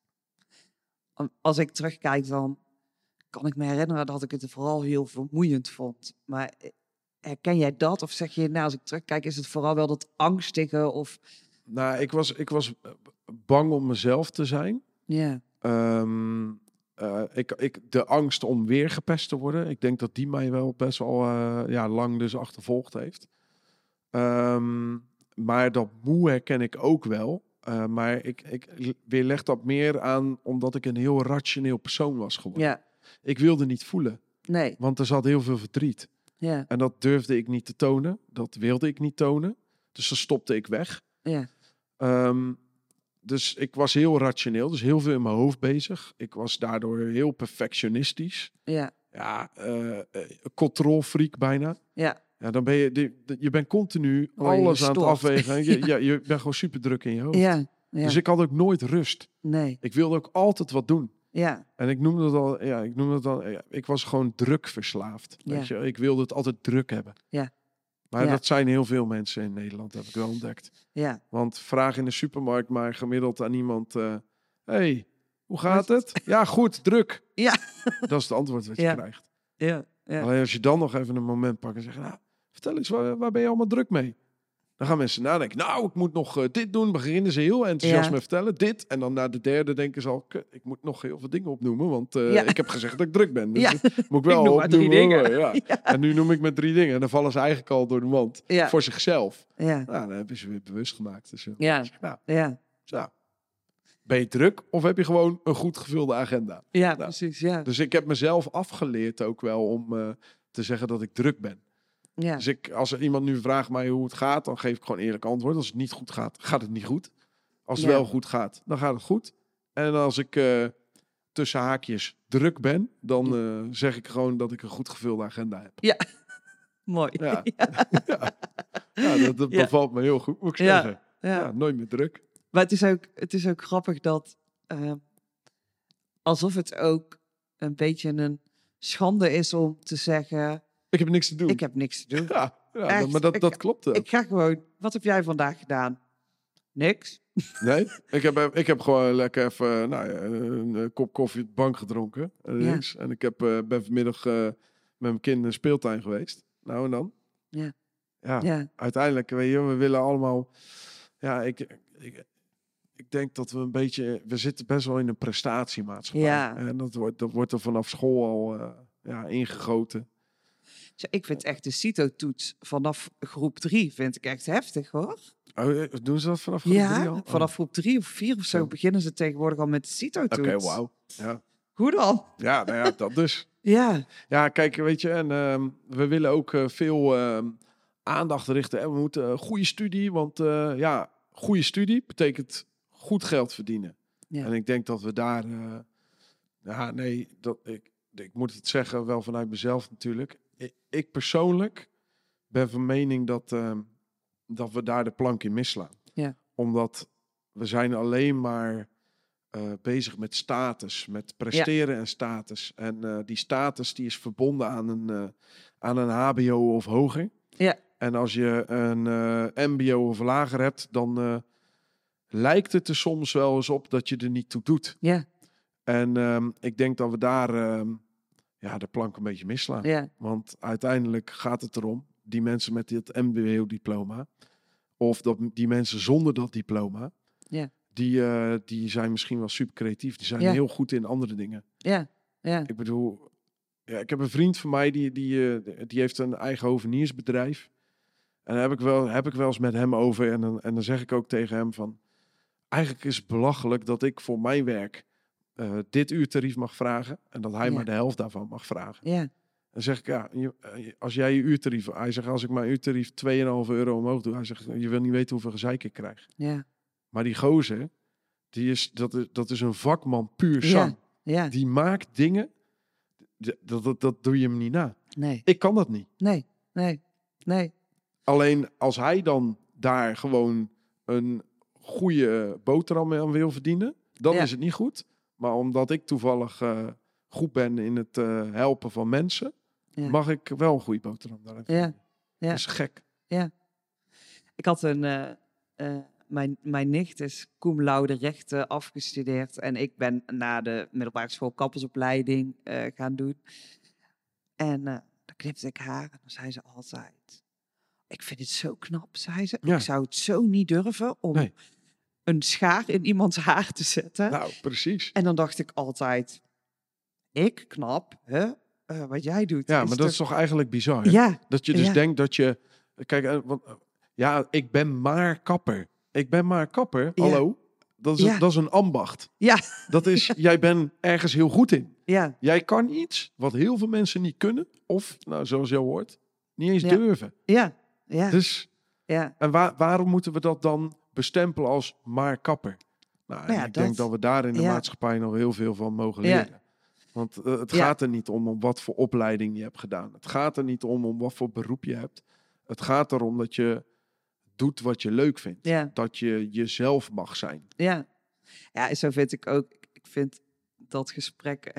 Als ik terugkijk, dan kan ik me herinneren dat ik het vooral heel vermoeiend vond. Maar Herken jij dat? Of zeg je, nou, als ik terugkijk, is het vooral wel dat angstige? Of... Nou, ik was bang om mezelf te zijn. Ja, De angst om weer gepest te worden. Ik denk dat die mij wel best wel lang dus achtervolgd heeft. Maar dat moe herken ik ook wel. Maar ik weerleg dat meer aan omdat ik een heel rationeel persoon was geworden. ja, Ik wilde niet voelen, nee, want er zat heel veel verdriet. ja, En dat durfde ik niet te tonen. Dat wilde ik niet tonen. Dus dat stopte ik weg. ja, Dus ik was heel rationeel, dus heel veel in mijn hoofd bezig. Ik was daardoor heel perfectionistisch. ja, Ja, controlfreak bijna. ja. Ja, dan ben je bent continu Word je alles aan het gestoord. afwegen. Je bent gewoon super druk in je hoofd. Ja, ja, Dus ik had ook nooit rust. nee, Ik wilde ook altijd wat doen. ja, En ik noemde het al, ik was gewoon drukverslaafd. Weet je? Ik wilde het altijd druk hebben. ja, Maar ja. dat zijn heel veel mensen in Nederland, heb ik wel ontdekt. ja. Want vraag in de supermarkt maar gemiddeld aan iemand... hey, hoe gaat het? Ja, goed, druk. Ja. Dat is het antwoord wat je Ja. krijgt. Ja, ja, Alleen als je dan nog even een moment pakt en zegt... Nou, vertel eens, waar ben je allemaal druk mee? Dan gaan mensen nadenken. Nou, ik moet nog dit doen. Beginnen ze heel enthousiast Ja. met vertellen. Dit. En dan na de derde denken ze al... Ik moet nog heel veel dingen opnoemen. Want Ja. ik heb gezegd dat ik druk ben. Dus Ja. moet ik wel Ik noem maar 3 opnoemen, dingen. Ja. Ja. En nu noem ik met 3 dingen. En dan vallen ze eigenlijk al door de mand. Ja. Voor zichzelf. Ja, Nou, dan hebben ze weer bewust gemaakt. Dus, ja, nou, ja, zo. Ben je druk of heb je gewoon een goed gevulde agenda? ja, Nou, precies, ja. Dus ik heb mezelf afgeleerd ook wel om te zeggen dat ik druk ben. Ja, Dus als er iemand nu vraagt mij hoe het gaat, dan geef ik gewoon eerlijk antwoord. Als het niet goed gaat, gaat het niet goed. Als het Ja. wel goed gaat, dan gaat het goed. En als ik tussen haakjes druk ben, dan zeg ik gewoon dat ik een goed gevulde agenda heb. mooi. Ja, ja dat Ja. bevalt me heel goed, moet ik Ja, zeggen. ja. Ja, nooit meer druk. Maar het is ook grappig dat... alsof het ook een beetje een schande is om te zeggen... Ik heb niks te doen. Ik heb niks te doen. Ja, Echt, maar dat klopt. Ik ga gewoon... Wat heb jij vandaag gedaan? Niks. Nee, ik heb gewoon lekker even een kop koffie op de bank gedronken. En, Ja. niks. En ik ben vanmiddag met mijn kind in de speeltuin geweest. Nou en dan? Ja. Ja, Ja, uiteindelijk, weet je, we willen allemaal... Ja, ik denk dat we een beetje... We zitten best wel in een prestatiemaatschappij. Ja. En dat wordt er vanaf school al ingegoten. ik vind echt de CITO-toets vanaf groep 3 vind ik echt heftig, hoor. Oh, doen ze dat vanaf groep 3 Ja, al? vanaf groep 3 of 4 of zo Zo. beginnen ze tegenwoordig al met de CITO-toets. Oké, wauw. Ja. Hoe dan? Ja, nou ja, dat dus. Ja, Ja, kijk, weet je, en we willen ook veel aandacht richten. En we moeten goede studie, want goede studie betekent goed geld verdienen. Ja. En ik denk dat we daar... ik moet het zeggen, wel vanuit mezelf natuurlijk. Ik persoonlijk ben van mening dat we daar de plank in misslaan. Ja. Omdat we zijn alleen maar bezig met status, met presteren en status. En die status die is verbonden aan een HBO of hoger. Ja. En als je een MBO of lager hebt, dan lijkt het er soms wel eens op dat je er niet toe doet. Ja. En ik denk dat we daar de plank een beetje misslaan. Ja. Want uiteindelijk gaat het erom, die mensen met dit MBO-diploma, of die mensen zonder dat diploma, Ja. Die zijn misschien wel super creatief. Die zijn Ja. heel goed in andere dingen. Ja. Ja. Ik bedoel, ik heb een vriend van mij die heeft een eigen hoveniersbedrijf. En daar heb ik wel eens met hem over. En dan zeg ik ook tegen hem van, eigenlijk is het belachelijk dat ik voor mijn werk dit uurtarief mag vragen. En dat hij Ja. maar de helft daarvan mag vragen. Ja. Dan zeg ik, als jij je uurtarief... Hij zegt, als ik mijn uurtarief 2,5 euro omhoog doe. Hij zegt, je wil niet weten hoeveel gezeik ik krijg. Ja. Maar die gozer, dat is een vakman puur zang. Ja. Die maakt dingen, dat doe je hem niet na. Nee. Ik kan dat niet. Nee. Nee. Nee. Alleen als hij dan daar gewoon een goede boterham aan wil verdienen, dan Ja. is het niet goed. Maar omdat ik toevallig goed ben in het helpen van mensen, Ja. mag ik wel een goede boterham daarin verdienen. Ja. Dat is gek. Ja. Ik had mijn nicht is cum laude rechten afgestudeerd. En ik ben na de middelbare school kappersopleiding gaan doen. En dan knipte ik haar en dan zei ze altijd... Ik vind het zo knap, zei ze. Ja. Ik zou het zo niet durven om een schaar in iemands haar te zetten. Nou, precies. En dan dacht ik altijd... Ik knap, hè? Wat jij doet. Ja, maar dat is toch eigenlijk bizar? Ja. Dat je dus denkt dat je... Kijk, ik ben maar kapper. Ik ben maar kapper. Ja. Hallo? Dat is een ambacht. Ja. Dat is, jij bent ergens heel goed in. Ja. Jij kan iets wat heel veel mensen niet kunnen. Of, nou, zoals jou hoort, niet eens durven. Ja. Ja. Dus, ja. en waarom moeten we dat dan bestempelen als maar kapper? Nou, ik denk dat we daar in de maatschappij nog heel veel van mogen leren. Ja. Want het gaat er niet om wat voor opleiding je hebt gedaan. Het gaat er niet om wat voor beroep je hebt. Het gaat erom dat je doet wat je leuk vindt. Ja. Dat je jezelf mag zijn. Ja. Ja, zo vind ik ook. Ik vind dat gesprek...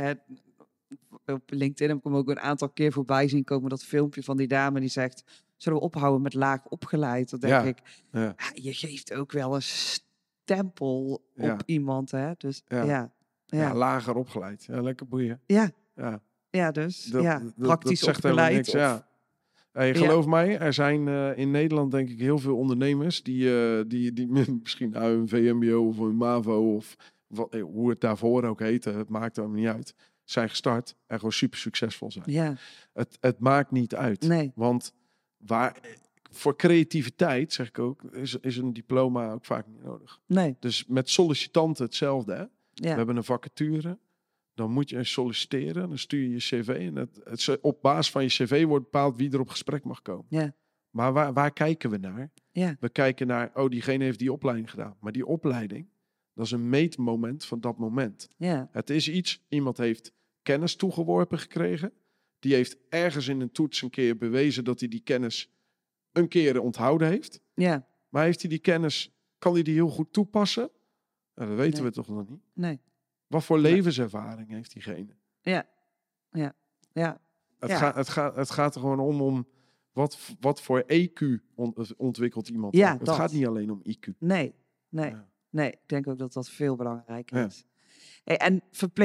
op LinkedIn heb ik hem ook een aantal keer voorbij zien komen. Dat filmpje van die dame die zegt... Zullen we ophouden met laag opgeleid? Dan denk ik... Ja, je geeft ook wel een stempel op iemand. Hè? Dus ja, lager opgeleid. Ja, lekker boeien. Ja, dus praktisch dat opgeleid. Niks, ja. Hey, geloof mij, er zijn in Nederland denk ik heel veel ondernemers die misschien een VMBO of een MAVO of hoe het daarvoor ook heette, het maakt er niet uit, zijn gestart en gewoon super succesvol zijn. Ja. Het maakt niet uit. Nee. Want voor creativiteit, zeg ik ook, is een diploma ook vaak niet nodig. Nee. Dus met sollicitanten hetzelfde. Hè? Ja. We hebben een vacature. Dan moet je solliciteren. Dan stuur je je cv. En op basis van je cv wordt bepaald wie er op gesprek mag komen. Ja. Maar waar kijken we naar? Ja. We kijken naar, diegene heeft die opleiding gedaan. Maar die opleiding, dat is een meetmoment van dat moment. Ja. Het is iets, iemand heeft kennis toegeworpen gekregen. Die heeft ergens in een toets een keer bewezen dat hij die kennis een keer onthouden heeft. Ja. Maar heeft hij die kennis, kan hij die heel goed toepassen? Nou, dat weten we toch nog niet. Nee. Wat voor levenservaring heeft diegene? Ja. Ja. Ja. Het gaat er gewoon om wat voor EQ ontwikkelt iemand. Ja, het gaat niet alleen om IQ. Nee. Nee, ik denk ook dat dat veel belangrijker is. Hey, en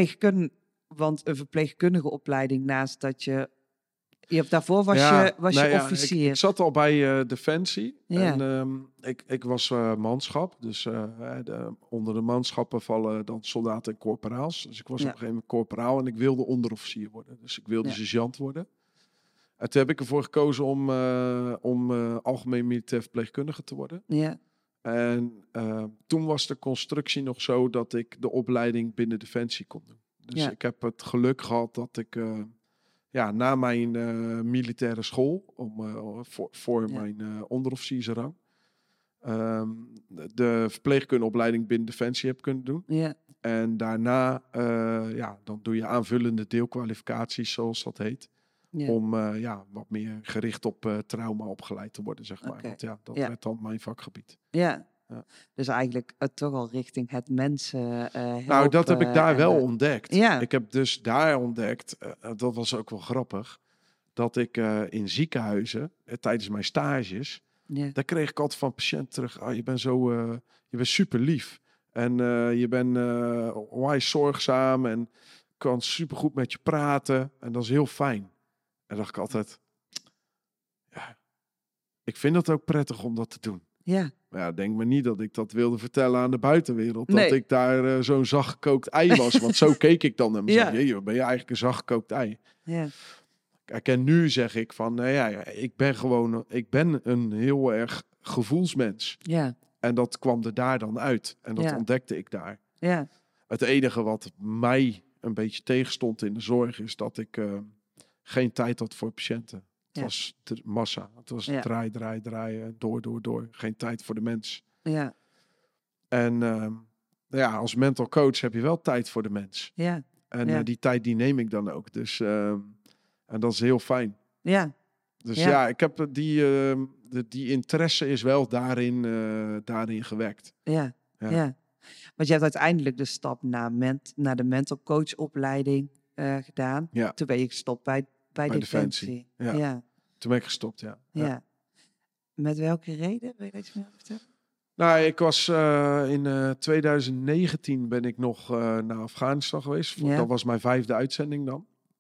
want een verpleegkundige opleiding naast dat je daarvoor was je officier. Ik zat al bij Defensie. Ja. En ik was manschap. Dus onder de manschappen vallen dan soldaten en corporaals. Dus ik was op een gegeven moment corporaal en ik wilde onderofficier worden. Dus ik wilde sergeant worden. En toen heb ik ervoor gekozen om algemeen militair verpleegkundige te worden. Ja. En toen was de constructie nog zo dat ik de opleiding binnen Defensie kon doen. Dus ik heb het geluk gehad dat ik na mijn militaire school, voor mijn onderofficiersrang, de verpleegkundeopleiding binnen Defensie heb kunnen doen. Ja. En daarna dan doe je aanvullende deelkwalificaties, zoals dat heet. Ja. Om wat meer gericht op trauma opgeleid te worden, zeg maar. Okay. Want dat werd dan mijn vakgebied. Ja. Dus eigenlijk toch al richting het mensen helpen. Nou, dat heb ik daar wel ontdekt. Ja. Ik heb dus daar ontdekt, dat was ook wel grappig, dat ik in ziekenhuizen, tijdens mijn stages, daar kreeg ik altijd van patiënten terug, je bent super lief. En je bent onwijs zorgzaam en kan supergoed met je praten. En dat is heel fijn. En dacht ik altijd, ik vind het ook prettig om dat te doen. Ja. Maar denk maar niet dat ik dat wilde vertellen aan de buitenwereld. Nee. Dat ik daar zo'n zachtgekookt ei was. Want zo keek ik dan naar mezelf. Ja. Ben je eigenlijk een zachtgekookt ei? Ja. Kijk, en nu zeg ik van, ik ben een heel erg gevoelsmens. Ja. En dat kwam er daar dan uit. En dat ontdekte ik daar. Ja. Het enige wat mij een beetje tegenstond in de zorg is dat ik geen tijd had voor patiënten. Het was massa. Het was draaien, door. Geen tijd voor de mens. Ja. En als mental coach heb je wel tijd voor de mens. Ja. En die tijd die neem ik dan ook. Dus en dat is heel fijn. Ja. Dus ik heb die interesse is wel daarin gewekt. Ja. Want je hebt uiteindelijk de stap naar de mental coach opleiding gedaan. Ja. Toen ben je gestopt bij Defensie. Ja. Toen ben ik gestopt, ja. Met welke reden? Wil je iets meer vertellen? Nou, ik was in 2019 ben ik nog naar Afghanistan geweest. Dat was mijn 5e uitzending dan.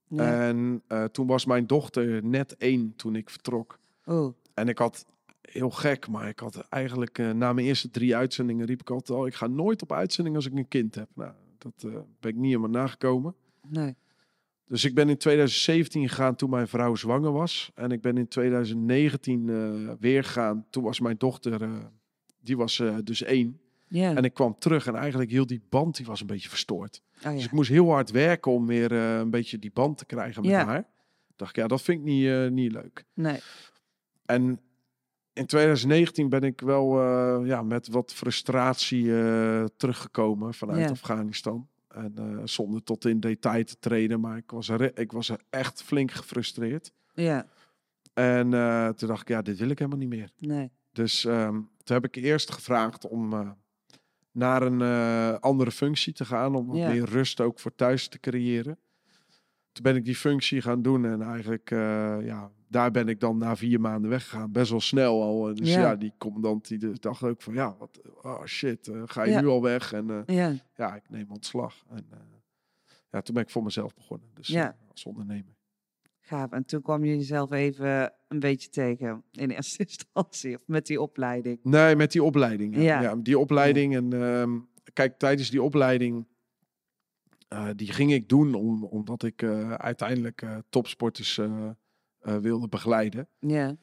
Ja. En toen was mijn dochter net 1 toen ik vertrok. Oh. En ik had, heel gek, maar ik had eigenlijk na mijn eerste 3 uitzendingen riep ik altijd al, ik ga nooit op uitzending als ik een kind heb. Nou, dat ben ik niet helemaal nagekomen. Nee. Dus ik ben in 2017 gegaan toen mijn vrouw zwanger was. En ik ben in 2019 weer gegaan. Toen was mijn dochter, die was dus 1. Ja. En ik kwam terug en eigenlijk heel die band die was een beetje verstoord. Oh, ja. Dus ik moest heel hard werken om weer een beetje die band te krijgen met Ja. haar. Dacht ik, ja, dat vind ik niet leuk. Nee. En in 2019 ben ik wel met wat frustratie teruggekomen vanuit Afghanistan. En zonder tot in detail te treden, maar ik was er echt flink gefrustreerd. Ja. En toen dacht ik, ja, dit wil ik helemaal niet meer. Nee. Dus toen heb ik eerst gevraagd om naar een andere functie te gaan. Om wat meer rust ook voor thuis te creëren. Toen ben ik die functie gaan doen. En eigenlijk, daar ben ik dan na 4 maanden weggegaan. Best wel snel al. Dus die commandant die dacht ook van, ja, shit, ga je nu al weg? En ik neem ontslag. En toen ben ik voor mezelf begonnen. Dus als ondernemer. Gaaf. En toen kwam je jezelf even een beetje tegen in eerste instantie. Of met die opleiding. Nee, met die opleiding. Ja, die opleiding. En kijk, tijdens die opleiding, die ging ik doen omdat ik uiteindelijk topsporters wilde begeleiden. Ja.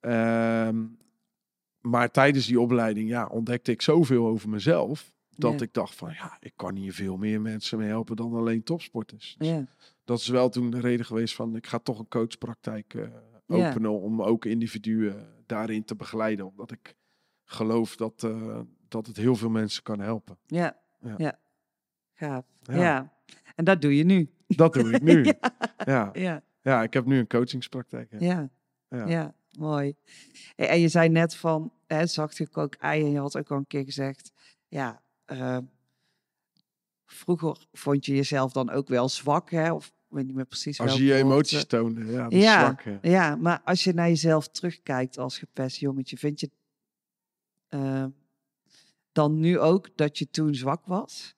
Maar tijdens die opleiding ontdekte ik zoveel over mezelf. Dat ik dacht van, ik kan hier veel meer mensen mee helpen dan alleen topsporters. Dus dat is wel toen de reden geweest van, ik ga toch een coachpraktijk openen om ook individuen daarin te begeleiden. Omdat ik geloof dat het heel veel mensen kan helpen. Ja. Gaaf. Ja. En dat doe je nu. Dat doe ik nu. Ja, ik heb nu een coachingspraktijk. Ja, mooi. En je zei net van, zacht gekookt ei. En je had ook al een keer gezegd, vroeger vond je jezelf dan ook wel zwak, hè? Of ik weet niet meer precies. Als je je emoties toonde, dat is zwak. Ja, maar als je naar jezelf terugkijkt als gepest jongetje, vind je dan nu ook dat je toen zwak was?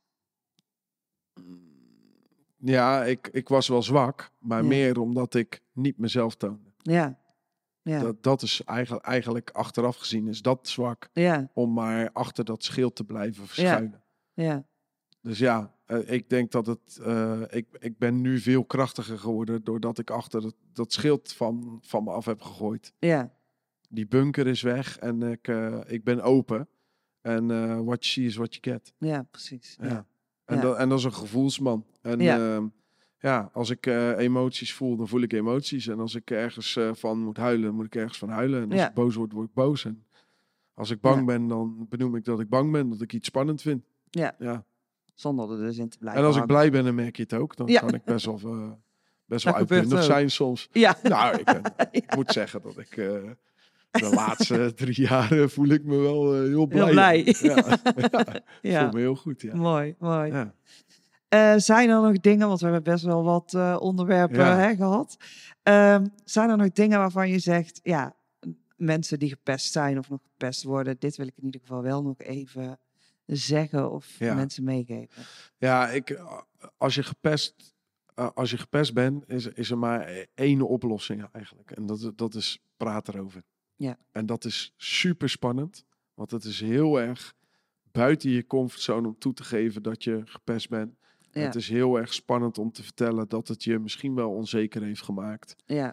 Ja, ik was wel zwak, maar meer omdat ik niet mezelf toonde. Ja. Dat is eigenlijk achteraf gezien is dat zwak. Om maar achter dat schild te blijven verschuilen. Ja. Dus ik denk dat ik ben nu veel krachtiger geworden doordat ik achter dat schild van me af heb gegooid. Ja. Die bunker is weg en ik ben open. En what you see is what you get. Ja, precies. Ja. En dat is een gevoelsman. En als ik emoties voel, dan voel ik emoties. En als ik ergens van moet huilen, moet ik ergens van huilen. En als ik boos word, word ik boos. En als ik bang ben, dan benoem ik dat ik bang ben. Dat ik iets spannend vind. Ja. Zonder er dus in te blijven. En als ik blij ben, dan merk je het ook. Dan kan ik best wel uitbundig zijn soms. Ja. Nou, ik moet zeggen dat ik de laatste 3 jaar voel ik me wel heel blij. Heel blij. Ik voel me heel goed. Ja. Mooi. Ja. Zijn er nog dingen, want we hebben best wel wat onderwerpen gehad. Zijn er nog dingen waarvan je zegt, mensen die gepest zijn of nog gepest worden, dit wil ik in ieder geval wel nog even zeggen of mensen meegeven? Ja, als je gepest bent, is er maar 1 oplossing eigenlijk. En dat is praten erover. Ja. En dat is super spannend, want het is heel erg buiten je comfortzone om toe te geven dat je gepest bent. Ja. Het is heel erg spannend om te vertellen dat het je misschien wel onzeker heeft gemaakt. Ja.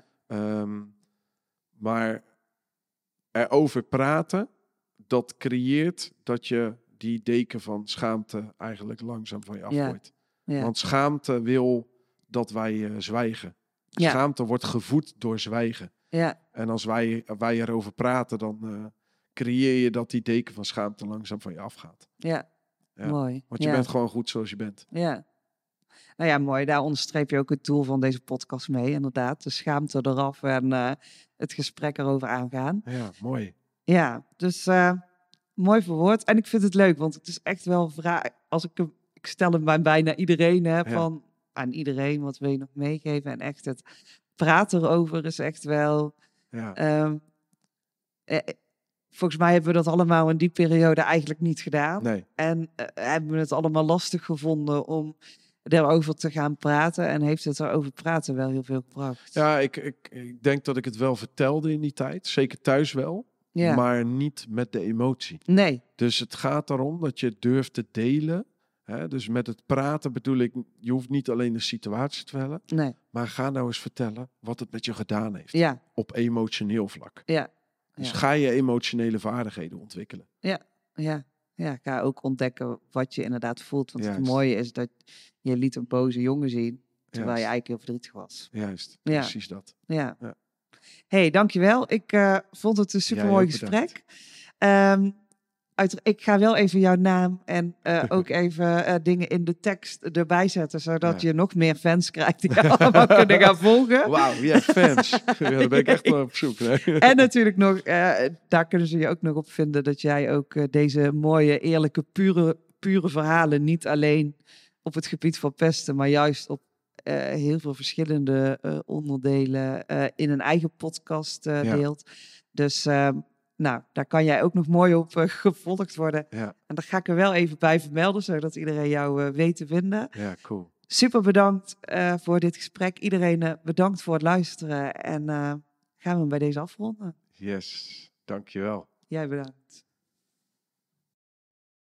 Maar erover praten, dat creëert dat je die deken van schaamte eigenlijk langzaam van je afgooit. Ja. Want schaamte wil dat wij zwijgen. Ja. Schaamte wordt gevoed door zwijgen. Ja. En als wij erover praten, dan creëer je dat die deken van schaamte langzaam van je afgaat. Ja. Mooi. Want je bent gewoon goed zoals je bent. Ja. Nou ja, mooi. Daar onderstreep je ook het doel van deze podcast mee, inderdaad. De schaamte eraf en het gesprek erover aangaan. Ja, mooi. Ja, dus mooi verwoord. En ik vind het leuk, want het is echt wel een vraag. Ik stel hem bij bijna iedereen, van aan iedereen, wat wil je nog meegeven? En echt het praten erover is echt wel... volgens mij hebben we dat allemaal in die periode eigenlijk niet gedaan. Nee. En hebben we het allemaal lastig gevonden om erover te gaan praten. En heeft het erover praten wel heel veel gebracht. Ja, ik denk dat ik het wel vertelde in die tijd. Zeker thuis wel. Ja. Maar niet met de emotie. Nee. Dus het gaat erom dat je durft te delen. Hè? Dus met het praten bedoel ik, je hoeft niet alleen de situatie te vertellen. Nee. Maar ga nou eens vertellen wat het met je gedaan heeft. Ja. Op emotioneel vlak. Ja. Dus ga je emotionele vaardigheden ontwikkelen. Ja. Ga ook ontdekken wat je inderdaad voelt. Want Juist. het mooie is dat je liet een boze jongen zien. Terwijl je eigenlijk heel verdrietig was. Juist, Ja. precies dat. Ja. Ja. Hey, dankjewel. Ik vond het een supermooi Jij ook gesprek. Ik ga wel even jouw naam en ook even dingen in de tekst erbij zetten. Zodat je nog meer fans krijgt die je allemaal kunnen gaan volgen. Wauw, ja, fans. Ja, daar ben ik echt wel op zoek. Nee? En natuurlijk nog, daar kunnen ze je ook nog op vinden dat jij ook deze mooie, eerlijke, pure verhalen niet alleen op het gebied van pesten, maar juist op heel veel verschillende onderdelen in een eigen podcast deelt. Dus nou, daar kan jij ook nog mooi op gevolgd worden. Ja. En daar ga ik er wel even bij vermelden, zodat iedereen jou weet te vinden. Ja, cool. Super bedankt voor dit gesprek. Iedereen bedankt voor het luisteren. En gaan we hem bij deze afronden. Yes, dankjewel. Jij bedankt.